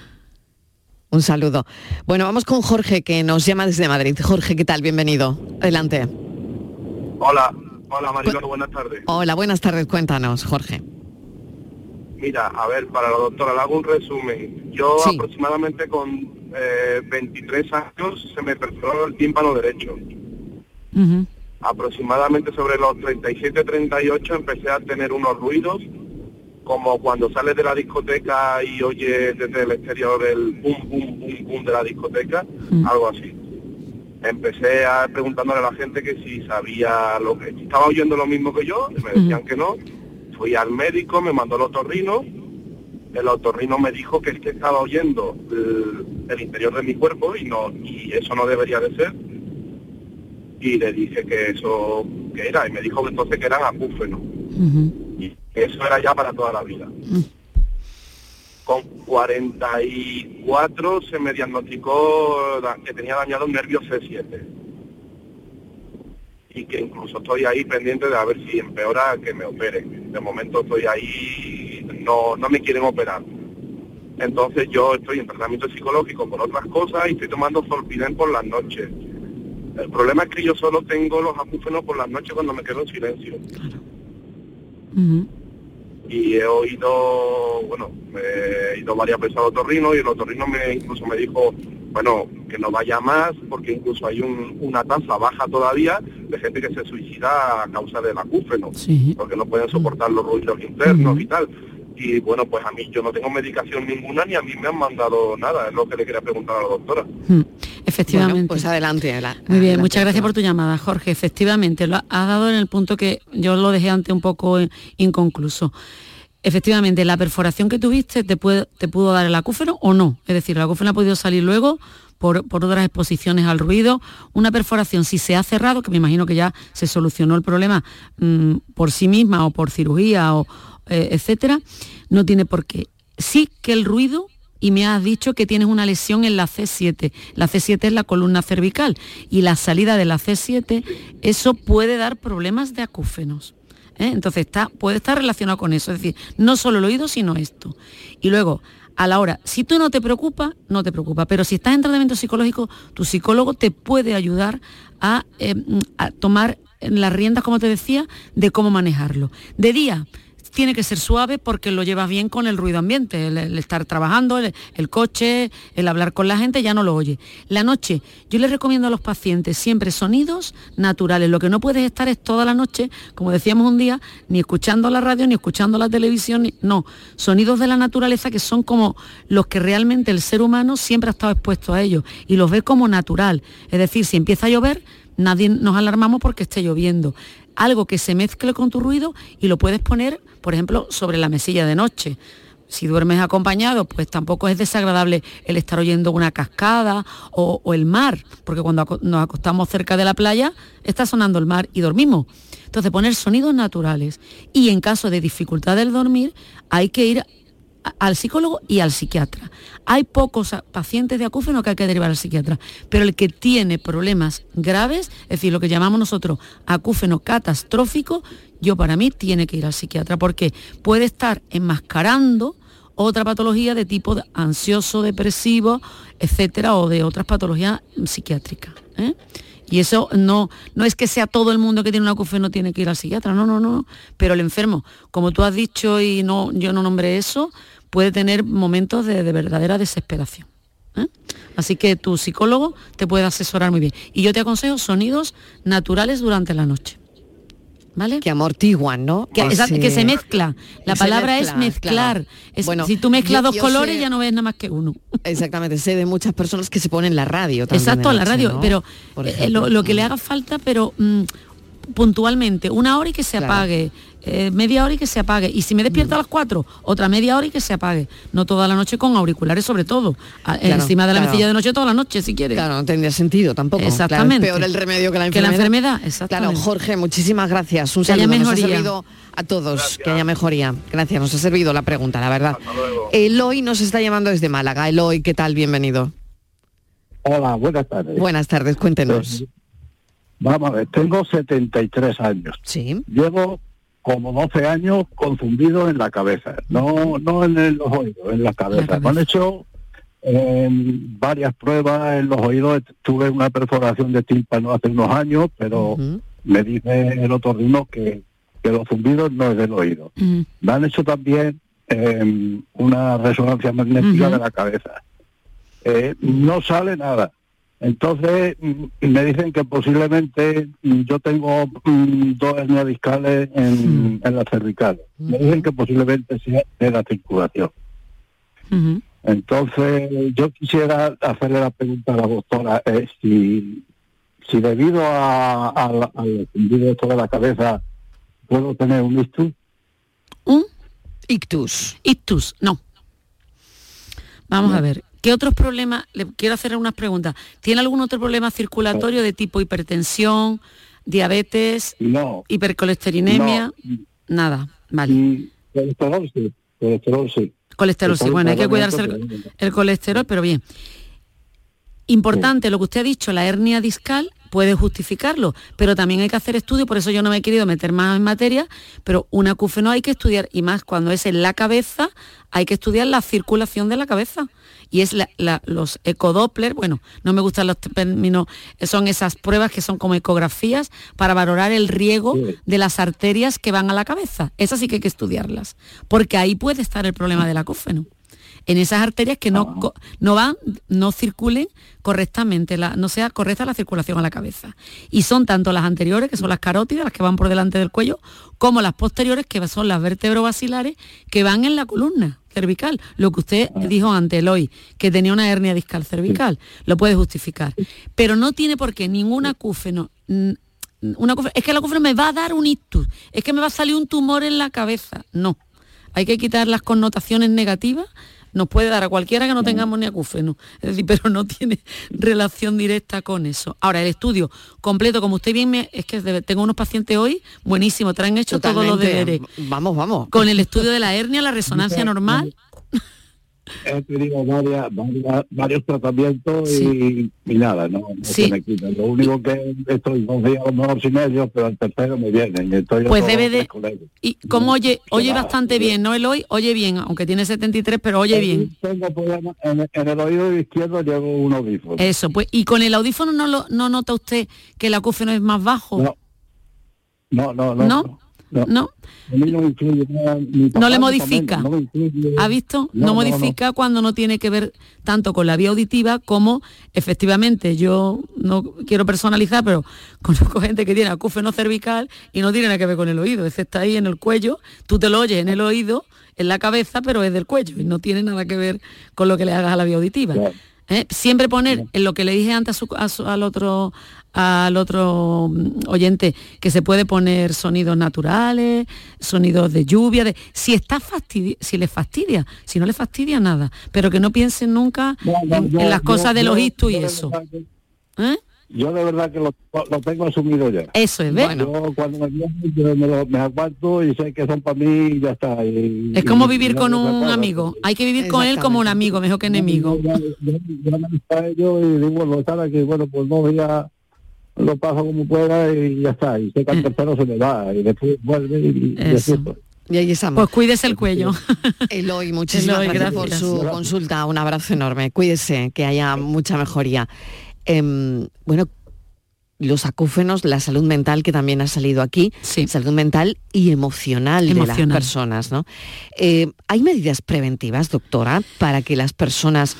Un saludo. Bueno, vamos con Jorge, que nos llama desde Madrid. Jorge, ¿qué tal? Bienvenido. Adelante. Hola, hola Marilo, buenas tardes. Hola, buenas tardes. Cuéntanos, Jorge. Mira, a ver, para la doctora, le hago un resumen. Yo sí. aproximadamente con eh, veintitrés años se me perforó el tímpano derecho. Uh-huh. Aproximadamente sobre los treinta y siete, treinta y ocho empecé a tener unos ruidos, como cuando sales de la discoteca y oyes desde el exterior el bum, bum, bum, bum de la discoteca, uh-huh. algo así. Empecé a preguntándole a la gente que si sabía lo que... Si estaba oyendo lo mismo que yo, y me decían uh-huh. que no. Fui al médico, me mandó el otorrino, el otorrino me dijo que es que estaba oyendo el, el interior de mi cuerpo y no y eso no debería de ser. Y le dije que eso que era, y me dijo que entonces que eran acúfenos. Uh-huh. Y eso era ya para toda la vida. Uh-huh. con cuarenta y cuatro se me diagnosticó que tenía dañado el nervio C siete. Y que incluso estoy ahí pendiente de a ver si empeora que me operen. De momento estoy ahí, no, no me quieren operar. Entonces yo estoy en tratamiento psicológico por otras cosas y estoy tomando Zolpidem por las noches. El problema es que yo solo tengo los acúfenos por las noches cuando me quedo en silencio. Claro. Uh-huh. Y he oído, bueno, he ido varias veces al otorrino y el otorrino me incluso me dijo, bueno, que no vaya más porque incluso hay un, una tasa baja todavía de gente que se suicida a causa del acúfeno, sí. porque no pueden soportar los ruidos internos uh-huh. y tal. Y bueno, pues a mí yo no tengo medicación ninguna ni a mí me han mandado nada, es lo que le quería preguntar a la doctora. Hmm. Efectivamente. Bueno, pues adelante. La, Muy bien, adelante, muchas gracias por tu llamada, Jorge. Efectivamente, lo has dado en el punto que yo lo dejé antes un poco inconcluso. Efectivamente, la perforación que tuviste te, puede, te pudo dar el acúfeno o no. Es decir, el acúfeno ha podido salir luego por, por otras exposiciones al ruido. Una perforación, si se ha cerrado, que me imagino que ya se solucionó el problema mmm, por sí misma o por cirugía o eh, etcétera, no tiene por qué. Sí que el ruido, y me has dicho que tienes una lesión en la C siete. La C siete es la columna cervical y la salida de la C siete, eso puede dar problemas de acúfenos. ¿eh? Entonces está, puede estar relacionado con eso, es decir, no solo el oído, sino esto. Y luego, a la hora, si tú no te preocupas, no te preocupa, pero si estás en tratamiento psicológico, tu psicólogo te puede ayudar a, eh, a tomar las riendas, como te decía, de cómo manejarlo. De día, tiene que ser suave porque lo llevas bien con el ruido ambiente, el, el estar trabajando, el, el coche, el hablar con la gente, ya no lo oye. La noche, yo les recomiendo a los pacientes siempre sonidos naturales. Lo que no puedes estar es toda la noche, como decíamos un día, ni escuchando la radio, ni escuchando la televisión, ni, no. Sonidos de la naturaleza que son como los que realmente el ser humano siempre ha estado expuesto a ellos y los ve como natural. Es decir, si empieza a llover, nadie nos alarmamos porque esté lloviendo. Algo que se mezcle con tu ruido y lo puedes poner, por ejemplo, sobre la mesilla de noche. Si duermes acompañado, pues tampoco es desagradable el estar oyendo una cascada o, o el mar, porque cuando nos acostamos cerca de la playa está sonando el mar y dormimos. Entonces, poner sonidos naturales. Y en caso de dificultad del dormir, hay que ir al psicólogo y al psiquiatra. Hay pocos pacientes de acúfeno que hay que derivar al psiquiatra, pero el que tiene problemas graves, es decir, lo que llamamos nosotros acúfeno catastrófico, yo para mí tiene que ir al psiquiatra, porque puede estar enmascarando otra patología de tipo ansioso, depresivo, etcétera, o de otras patologías psiquiátricas, ¿eh? Y eso no, no es que sea todo el mundo que tiene un acúfeno tiene que ir al psiquiatra, no, no, no. Pero el enfermo, como tú has dicho y no, yo no nombré eso, puede tener momentos de, de verdadera desesperación. ¿eh? Así que tu psicólogo te puede asesorar muy bien. Y yo te aconsejo sonidos naturales durante la noche. ¿Vale? Que amortiguan, ¿no? Que, esa, sí. que se mezcla. La se palabra mezcla, es mezclar. Claro. Es, bueno, si tú mezclas yo, dos yo colores sé, ya no ves nada más que uno. Exactamente, sé de muchas personas que se ponen la radio también. Exacto, la radio, ¿no? pero eh, lo, lo que le haga falta, pero mmm, puntualmente, una hora y que se claro. apague, eh, media hora y que se apague. Y si me despierta mm. a las cuatro, otra media hora y que se apague. No toda la noche con auriculares, sobre todo. Claro, encima de la claro. mesilla de noche toda la noche, si quieres. Claro, no tendría sentido tampoco. Exactamente. Claro, es peor el remedio que la enfermedad. Que la enfermedad, exactamente. Claro, Jorge, muchísimas gracias. Un saludo, nos ha servido a todos, gracias. Que haya mejoría. Gracias, nos ha servido la pregunta, la verdad. Eloy nos está llamando desde Málaga. Eloy, ¿qué tal? Bienvenido. Hola, buenas tardes. Buenas tardes, cuéntenos. Pues, vamos a ver, tengo setenta y tres años. Sí. Llevo como doce años con zumbido en la cabeza, no no en los oídos, en la cabeza. La cabeza. Me han hecho eh, varias pruebas en los oídos. Tuve una perforación de tímpano hace unos años, pero uh-huh. me dice el otorrino que, que los zumbidos no es del oído. Uh-huh. Me han hecho también eh, una resonancia magnética uh-huh. de la cabeza. Eh, no sale nada. Entonces me dicen que posiblemente yo tengo mm, dos hernias discales en, mm. en las cervicales. Uh-huh. Me dicen que posiblemente sea de la circulación. Uh-huh. Entonces yo quisiera hacerle la pregunta a la doctora, eh, si, si debido a, a, a, al zumbido esto de la cabeza puedo tener un ictus. ¿Un? Ictus. Ictus, no. Vamos no. a ver. ¿Qué otros problemas? Le quiero hacer unas preguntas. ¿Tiene algún otro problema circulatorio de tipo hipertensión, diabetes, no, hipercolesterinemia? No. Nada, vale. Colesterol sí, colesterol sí. Colesterol, sí, bueno, hay que cuidarse el, el colesterol, pero bien. Importante, sí. Lo que usted ha dicho, la hernia discal puede justificarlo, pero también hay que hacer estudios, por eso yo no me he querido meter más en materia, pero un acúfeno hay que estudiar, y más cuando es en la cabeza, hay que estudiar la circulación de la cabeza. Y es la, la, los ecodoppler, bueno, no me gustan los términos, son esas pruebas que son como ecografías para valorar el riego sí. de las arterias que van a la cabeza. Esas sí que hay que estudiarlas, porque ahí puede estar el problema del acúfeno. En esas arterias que no, ah. no van, no circulen correctamente, la, no sea correcta la circulación a la cabeza. Y son tanto las anteriores, que son las carótidas, las que van por delante del cuello, como las posteriores, que son las vértebro-basilares, que van en la columna cervical. Lo que usted ah. dijo antes, Eloy, que tenía una hernia discal cervical, sí. lo puede justificar. Pero no tiene por qué ningún acúfeno... Una, es que el acúfeno me va a dar un ictus, es que me va a salir un tumor en la cabeza. No, hay que quitar las connotaciones negativas. Nos puede dar a cualquiera que no tengamos ni acúfeno, es decir, pero no tiene relación directa con eso. Ahora, el estudio completo, como usted bien me... Es que tengo unos pacientes hoy, buenísimo, traen hecho todos los deberes. Vamos, vamos. Con el estudio de la hernia, la resonancia normal... He tenido varias, varias, varios tratamientos sí. y, y nada, no, no sí. se me quita. Lo único que estoy dos días a lo mejor sin ellos, pero al tercero me vienen. Y estoy pues debe de... Y como oye, oye bastante bien, ¿no, Eloy? Oye bien, aunque tiene setenta y tres, pero oye bien. Tengo problemas en, en el oído izquierdo, llevo un audífono. Eso, pues, ¿y con el audífono no lo no nota usted que el acúfeno es más bajo? No, no, no. ¿No? ¿No? No, no, no, influye, no le modifica. No influye. ¿Ha visto? No, no modifica no, no. cuando no tiene que ver tanto con la vía auditiva como, efectivamente, yo no quiero personalizar, pero conozco gente que tiene acúfeno cervical y no tiene nada que ver con el oído. Ese está ahí en el cuello, tú te lo oyes en el oído, en la cabeza, pero es del cuello y no tiene nada que ver con lo que le hagas a la vía auditiva. Claro. ¿Eh? Siempre poner, en lo que le dije antes a su, a su, al otro al otro oyente, que se puede poner sonidos naturales, sonidos de lluvia, de si está fastidi si le fastidia, si no le fastidia nada, pero que no piensen nunca no, no, en, yo, en las cosas yo, de los ictus y eso. ¿Eh? Yo de verdad que lo, lo tengo asumido ya. Eso es, ¿ves? Bueno. Yo cuando me vienen, yo me, lo, me aguanto y sé que son para mí y ya está. Y, es como y, vivir y con un amigo. Hay que vivir con él como un amigo, mejor que enemigo. Yo, yo, yo, yo a ellos y digo, bueno, sabe que bueno, pues no ya lo paso como pueda y ya está. Y sé que al tercero se le va y después vuelve y, y así pues. Y ahí estamos. Pues cuídese el cuello. Eloy, muchísimas Eloy, gracias, gracias por su gracias. consulta. Un abrazo enorme. Cuídese, que haya mucha mejoría. Eh, bueno, los acúfenos, la salud mental que también ha salido aquí, sí. salud mental y emocional, emocional de las personas, ¿no? Eh, ¿Hay medidas preventivas, doctora, para que las personas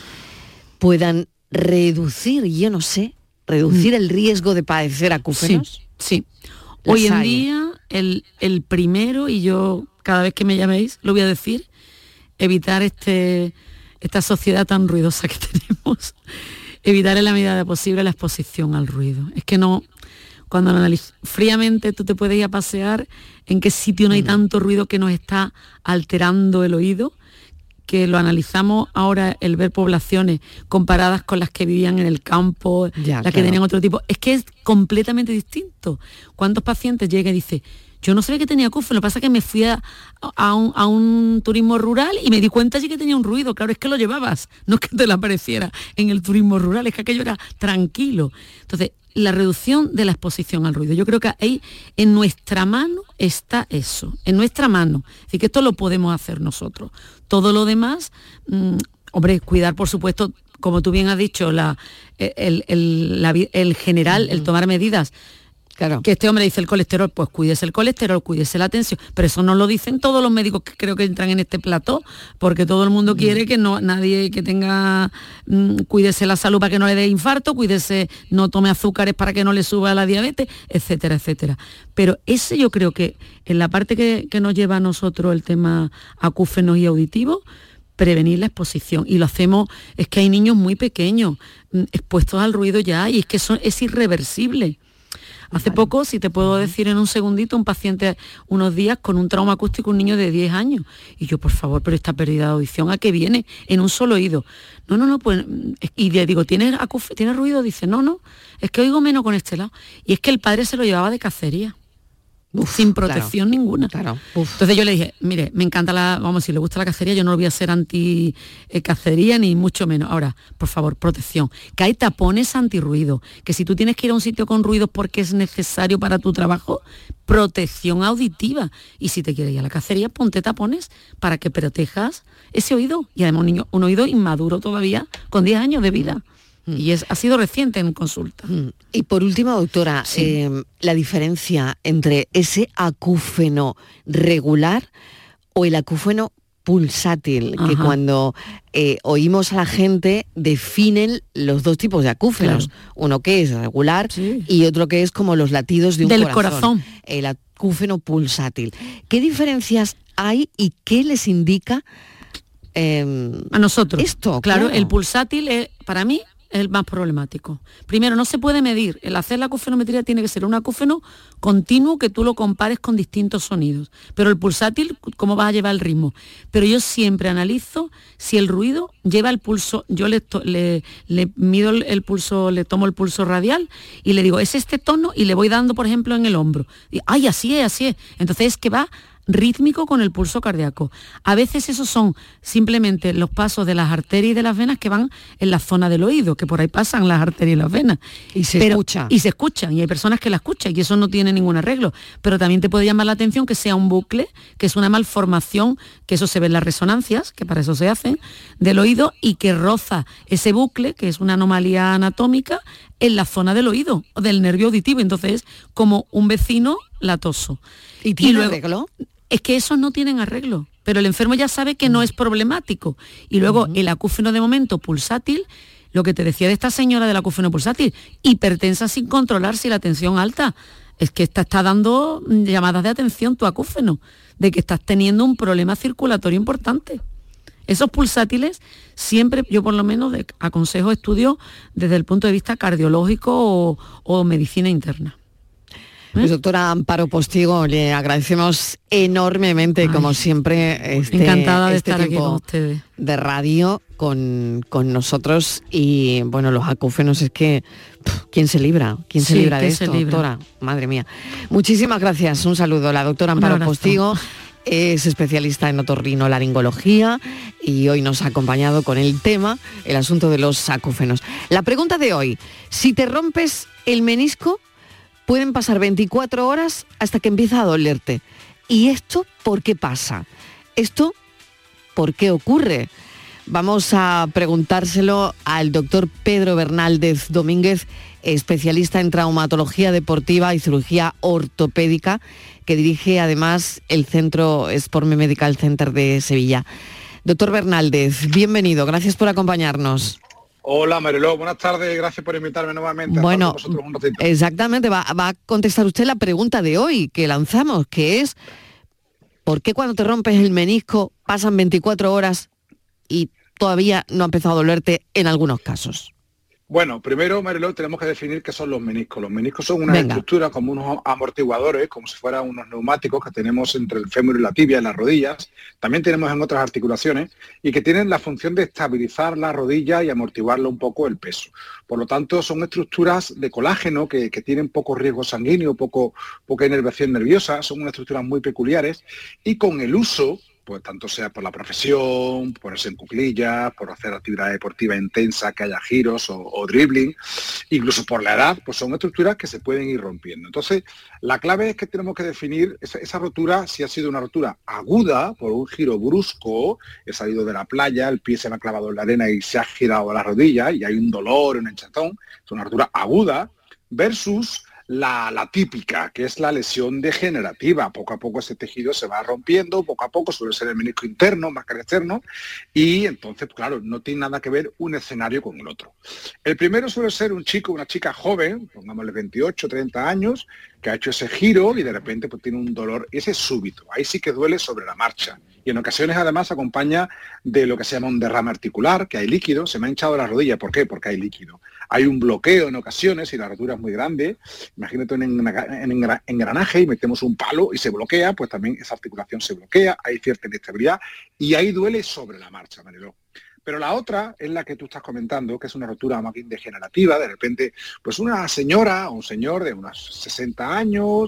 puedan reducir, yo no sé, reducir mm. el riesgo de padecer acúfenos? Sí, sí. Hoy en hay. día, el, el primero, y yo cada vez que me llaméis lo voy a decir, evitar este, esta sociedad tan ruidosa que tenemos. Evitar en la medida posible la exposición al ruido. Es que no, cuando analizas fríamente tú te puedes ir a pasear en qué sitio no hay tanto ruido que nos está alterando el oído, que lo analizamos ahora, el ver poblaciones comparadas con las que vivían en el campo, ya, las claro. que tenían otro tipo. Es que es completamente distinto. ¿Cuántos pacientes llegan y dicen, yo no sabía que tenía acúfeno, lo que pasa es que me fui a, a, un, a un turismo rural y me di cuenta allí que tenía un ruido? Claro, es que lo llevabas, no es que te lo apareciera en el turismo rural, es que aquello era tranquilo. Entonces, la reducción de la exposición al ruido. Yo creo que ahí en nuestra mano está eso, en nuestra mano. Es decir, que esto lo podemos hacer nosotros. Todo lo demás, mmm, hombre, cuidar, por supuesto, como tú bien has dicho, la, el, el, la, el general, uh-huh. el tomar medidas. Claro. Que este hombre dice el colesterol, pues cuídese el colesterol, cuídese la tensión, pero eso no lo dicen todos los médicos que creo que entran en este plató, porque todo el mundo mm. quiere que no nadie que tenga, mmm, cuídese la salud para que no le dé infarto, cuídese, no tome azúcares para que no le suba la diabetes, etcétera, etcétera. Pero ese yo creo que en la parte que, que nos lleva a nosotros el tema acúfenos y auditivos, prevenir la exposición, y lo hacemos, es que hay niños muy pequeños mmm, expuestos al ruido ya, y es que eso es irreversible. Hace poco, si te puedo decir en un segundito, un paciente unos días con un trauma acústico, un niño de diez años. Y yo, por favor, pero esta pérdida de audición, ¿a qué viene? En un solo oído. No, no, no, pues... Y le digo, ¿tienes, ¿tienes ruido? Dice, no, no, es que oigo menos con este lado. Y es que el padre se lo llevaba de cacería. Uf, sin protección claro, ninguna. Claro. Entonces yo le dije, mire, me encanta la, vamos, si le gusta la cacería, yo no voy a ser anti eh, cacería ni mucho menos. Ahora, por favor, protección. Que hay tapones antirruido, que si tú tienes que ir a un sitio con ruidos porque es necesario para tu trabajo, protección auditiva. Y si te quieres ir a la cacería, ponte tapones para que protejas ese oído. Y además un niño, un oído inmaduro todavía, con diez años de vida. Y es, ha sido reciente en consulta. Y por último, doctora, sí. eh, la diferencia entre ese acúfeno regular o el acúfeno pulsátil, Ajá. que cuando eh, oímos a la gente definen los dos tipos de acúfenos, claro. uno que es regular sí. y otro que es como los latidos de un Del corazón. corazón. El acúfeno pulsátil. ¿Qué diferencias hay y qué les indica eh, a nosotros? Esto, claro, claro. El pulsátil es, para mí, es el más problemático. Primero, no se puede medir. El hacer la acufenometría tiene que ser un acúfeno continuo que tú lo compares con distintos sonidos. Pero el pulsátil, ¿cómo vas a llevar el ritmo? Pero yo siempre analizo si el ruido lleva el pulso. Yo le, le, le mido el, el pulso, le tomo el pulso radial y le digo, es este tono, y le voy dando, por ejemplo, en el hombro. Y, ay, así es, así es. Entonces es que va rítmico con el pulso cardíaco. A veces esos son simplemente los pasos de las arterias y de las venas que van en la zona del oído, que por ahí pasan las arterias y las venas. Y se Pero, escucha. Y se escuchan, y hay personas que la escuchan, y eso no tiene ningún arreglo. Pero también te puede llamar la atención que sea un bucle, que es una malformación, que eso se ve en las resonancias, que para eso se hacen, del oído, y que roza ese bucle, que es una anomalía anatómica, en la zona del oído, del nervio auditivo. Entonces es como un vecino latoso. ¿Y tiene y luego, arreglo? Es que esos no tienen arreglo, pero el enfermo ya sabe que no es problemático. Y luego uh-huh. el acúfeno de momento pulsátil, lo que te decía de esta señora del acúfeno pulsátil, hipertensa sin controlarse y la tensión alta. Es que esta está dando llamadas de atención tu acúfeno, de que estás teniendo un problema circulatorio importante. Esos pulsátiles siempre, yo por lo menos de, aconsejo estudios desde el punto de vista cardiológico o, o medicina interna. Pues doctora Amparo Postigo, le agradecemos enormemente, Ay, como siempre, este, encantada de este estar aquí con ustedes. De radio con, con nosotros. Y bueno, los acúfenos es que pff, ¿quién se libra? ¿Quién se sí, libra de esto, libra? doctora? Madre mía. Muchísimas gracias. Un saludo. La doctora Amparo Postigo es especialista en otorrinolaringología y hoy nos ha acompañado con el tema, el asunto de los acúfenos. La pregunta de hoy: si te rompes el menisco, pueden pasar veinticuatro horas hasta que empieza a dolerte. ¿Y esto por qué pasa? ¿Esto por qué ocurre? Vamos a preguntárselo al doctor Pedro Bernaldez Domínguez, especialista en traumatología deportiva y cirugía ortopédica, que dirige además el Centro Sportme Medical Center de Sevilla. Doctor Bernaldez, bienvenido, gracias por acompañarnos. Hola Mariló, buenas tardes, gracias por invitarme nuevamente a bueno, estar con vosotros un ratito. Exactamente, va, va a contestar usted la pregunta de hoy que lanzamos, que es ¿por qué cuando te rompes el menisco pasan veinticuatro horas y todavía no ha empezado a dolerte en algunos casos? Bueno, primero, Mariló, tenemos que definir qué son los meniscos. Los meniscos son una Venga. estructura como unos amortiguadores, como si fueran unos neumáticos que tenemos entre el fémur y la tibia, en las rodillas. También tenemos en otras articulaciones y que tienen la función de estabilizar la rodilla y amortiguarle un poco el peso. Por lo tanto, son estructuras de colágeno que, que tienen poco riesgo sanguíneo, poco, poca inervación nerviosa. Son unas estructuras muy peculiares y con el uso, pues tanto sea por la profesión, ponerse en cuclillas, por hacer actividad deportiva intensa, que haya giros o, o dribbling, incluso por la edad, pues son estructuras que se pueden ir rompiendo. Entonces, la clave es que tenemos que definir esa, esa rotura, si ha sido una rotura aguda por un giro brusco, he salido de la playa, el pie se me ha clavado en la arena y se ha girado a la rodilla y hay un dolor, un hinchatón, es una rotura aguda, versus La, la típica, que es la lesión degenerativa. Poco a poco ese tejido se va rompiendo, poco a poco suele ser el menisco interno más que el externo, y entonces, claro, no tiene nada que ver un escenario con el otro. El primero suele ser un chico, una chica joven, pongámosle veintiocho, treinta años, que ha hecho ese giro y de repente pues, tiene un dolor, y ese es súbito, ahí sí que duele sobre la marcha. Y en ocasiones además acompaña de lo que se llama un derrame articular, que hay líquido, se me ha hinchado la rodilla. ¿Por qué? Porque hay líquido. Hay un bloqueo en ocasiones y la rotura es muy grande. Imagínate un engranaje y metemos un palo y se bloquea, pues también esa articulación se bloquea, hay cierta inestabilidad y ahí duele sobre la marcha, Mariló. Pero la otra es la que tú estás comentando, que es una rotura más bien degenerativa. De repente, pues una señora o un señor de unos sesenta años,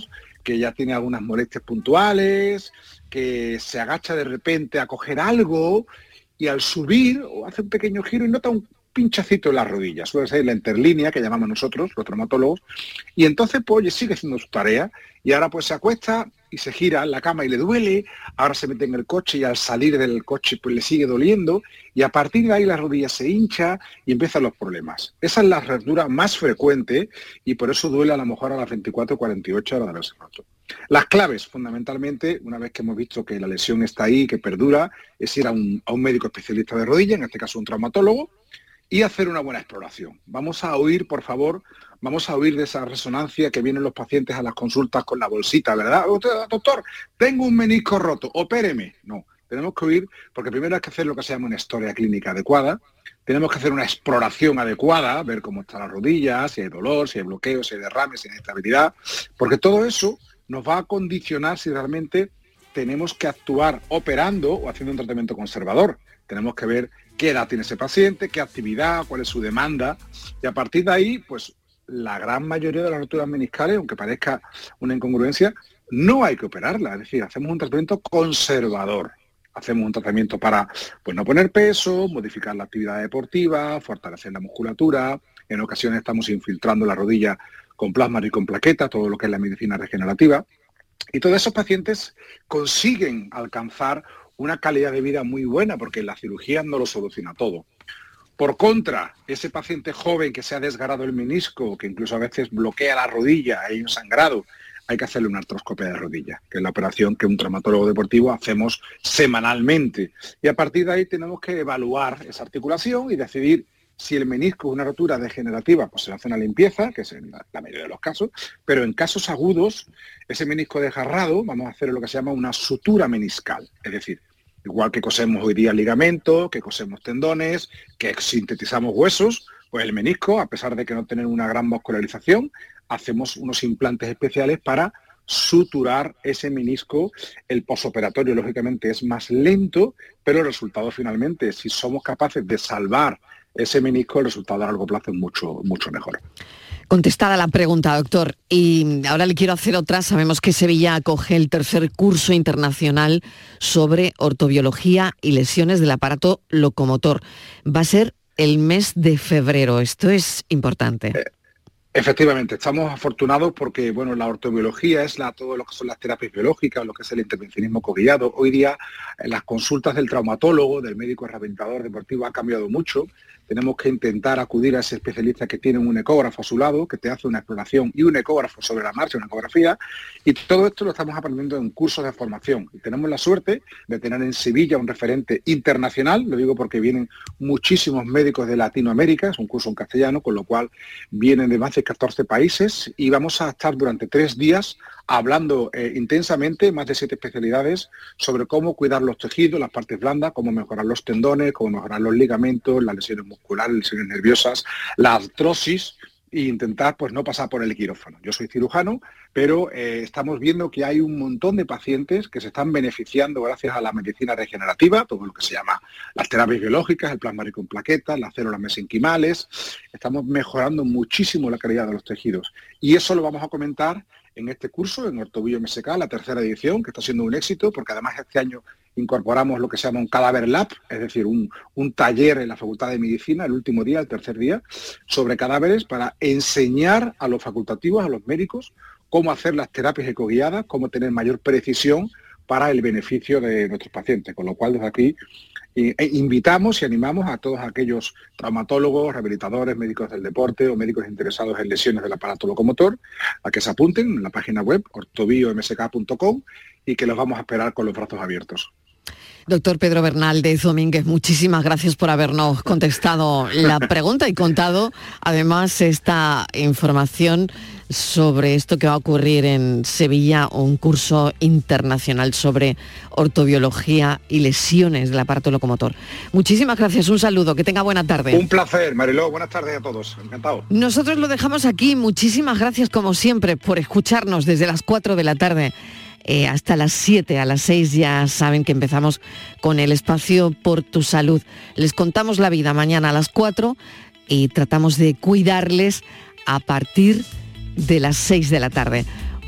que ya tiene algunas molestias puntuales, que se agacha de repente a coger algo y al subir o hace un pequeño giro y nota un pinchacito en las rodillas, suele ser la interlínea que llamamos nosotros, los traumatólogos, y entonces pues oye, sigue haciendo su tarea y ahora pues se acuesta y se gira en la cama y le duele, ahora se mete en el coche y al salir del coche pues le sigue doliendo y a partir de ahí la rodilla se hincha y empiezan los problemas. Esa es la rotura más frecuente y por eso duele a lo mejor a las veinticuatro o cuarenta y ocho horas de haberse roto. Las claves, fundamentalmente, una vez que hemos visto que la lesión está ahí, que perdura, es ir a un, a un médico especialista de rodilla, en este caso un traumatólogo, y hacer una buena exploración. Vamos a oír, por favor, vamos a oír de esa resonancia que vienen los pacientes a las consultas con la bolsita, ¿verdad? Doctor, tengo un menisco roto, opéreme. No, tenemos que oír, porque primero hay que hacer lo que se llama una historia clínica adecuada, tenemos que hacer una exploración adecuada, ver cómo está la rodilla, si hay dolor, si hay bloqueo, si hay derrame, si hay inestabilidad, porque todo eso nos va a condicionar si realmente tenemos que actuar operando o haciendo un tratamiento conservador. Tenemos que ver qué edad tiene ese paciente, qué actividad, cuál es su demanda, y a partir de ahí, pues la gran mayoría de las roturas meniscales, aunque parezca una incongruencia, no hay que operarla, es decir, hacemos un tratamiento conservador. Hacemos un tratamiento para pues, no poner peso, modificar la actividad deportiva, fortalecer la musculatura, en ocasiones estamos infiltrando la rodilla con plasma y con plaquetas, todo lo que es la medicina regenerativa, y todos esos pacientes consiguen alcanzar una calidad de vida muy buena, porque la cirugía no lo soluciona todo. Por contra, ese paciente joven que se ha desgarrado el menisco, que incluso a veces bloquea la rodilla, hay un sangrado, hay que hacerle una artroscopia de rodilla, que es la operación que un traumatólogo deportivo hacemos semanalmente. Y a partir de ahí tenemos que evaluar esa articulación y decidir si el menisco es una rotura degenerativa, pues se le hace una limpieza, que es en la, la mayoría de los casos, pero en casos agudos, ese menisco desgarrado, vamos a hacer lo que se llama una sutura meniscal, es decir, igual que cosemos hoy día ligamentos, que cosemos tendones, que sintetizamos huesos, pues el menisco, a pesar de que no tiene una gran vascularización, hacemos unos implantes especiales para suturar ese menisco. El posoperatorio, lógicamente, es más lento, pero el resultado finalmente, si somos capaces de salvar ese menisco, el resultado a largo plazo es mucho, mucho mejor. Contestada la pregunta, doctor. Y ahora le quiero hacer otra. Sabemos que Sevilla acoge el tercer curso internacional sobre ortobiología y lesiones del aparato locomotor. Va a ser el mes de febrero. Esto es importante. Eh, efectivamente, estamos afortunados porque bueno, la ortobiología es la, todo lo que son las terapias biológicas, lo que es el intervencionismo coguiado. Hoy día en las consultas del traumatólogo, del médico rehabilitador deportivo ha cambiado mucho. Tenemos que intentar acudir a ese especialista que tiene un ecógrafo a su lado, que te hace una exploración y un ecógrafo sobre la marcha, una ecografía, y todo esto lo estamos aprendiendo en cursos de formación. Y tenemos la suerte de tener en Sevilla un referente internacional, lo digo porque vienen muchísimos médicos de Latinoamérica, es un curso en castellano, con lo cual vienen de más de catorce países y vamos a estar durante tres días hablando eh, intensamente, más de siete especialidades, sobre cómo cuidar los tejidos, las partes blandas, cómo mejorar los tendones, cómo mejorar los ligamentos, las lesiones musculares, lesiones nerviosas, la artrosis, e intentar pues no pasar por el quirófano. Yo soy cirujano, pero eh, estamos viendo que hay un montón de pacientes que se están beneficiando gracias a la medicina regenerativa, todo lo que se llama las terapias biológicas, el plasma rico en plaquetas, las células mesenquimales. Estamos mejorando muchísimo la calidad de los tejidos. Y eso lo vamos a comentar en este curso, en Ortobio M S K, la tercera edición, que está siendo un éxito, porque además este año incorporamos lo que se llama un cadáver lab, es decir, un, un taller en la Facultad de Medicina, el último día, el tercer día, sobre cadáveres para enseñar a los facultativos, a los médicos, cómo hacer las terapias ecoguiadas, cómo tener mayor precisión para el beneficio de nuestros pacientes. Con lo cual, desde aquí, e invitamos y animamos a todos aquellos traumatólogos, rehabilitadores, médicos del deporte o médicos interesados en lesiones del aparato locomotor a que se apunten en la página web ortobio m s k punto com y que los vamos a esperar con los brazos abiertos. Doctor Pedro Bernaldez Domínguez, muchísimas gracias por habernos contestado la pregunta y contado además esta información sobre esto que va a ocurrir en Sevilla, un curso internacional sobre ortobiología y lesiones del aparato locomotor. Muchísimas gracias, un saludo, que tenga buena tarde. Un placer, Mariló, buenas tardes a todos, encantado. Nosotros lo dejamos aquí, muchísimas gracias como siempre por escucharnos desde las cuatro de la tarde. Eh, hasta las siete, a las seis ya saben que empezamos con el espacio Por tu Salud. Les contamos la vida mañana a las cuatro y tratamos de cuidarles a partir de las seis de la tarde.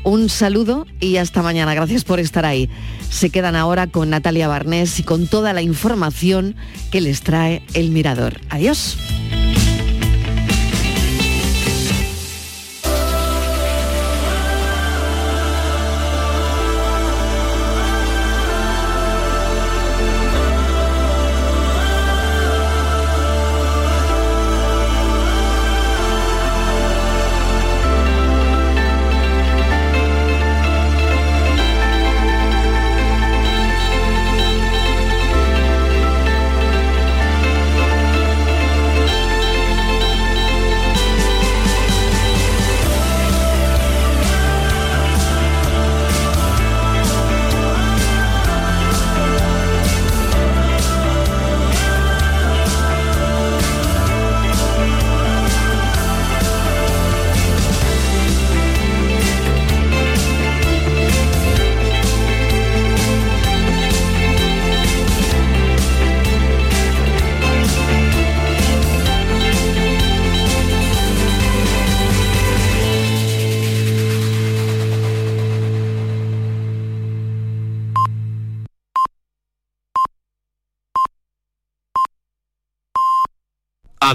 Un saludo y hasta mañana. Gracias por estar ahí. Se quedan ahora con Natalia Barnés y con toda la información que les trae El Mirador. Adiós.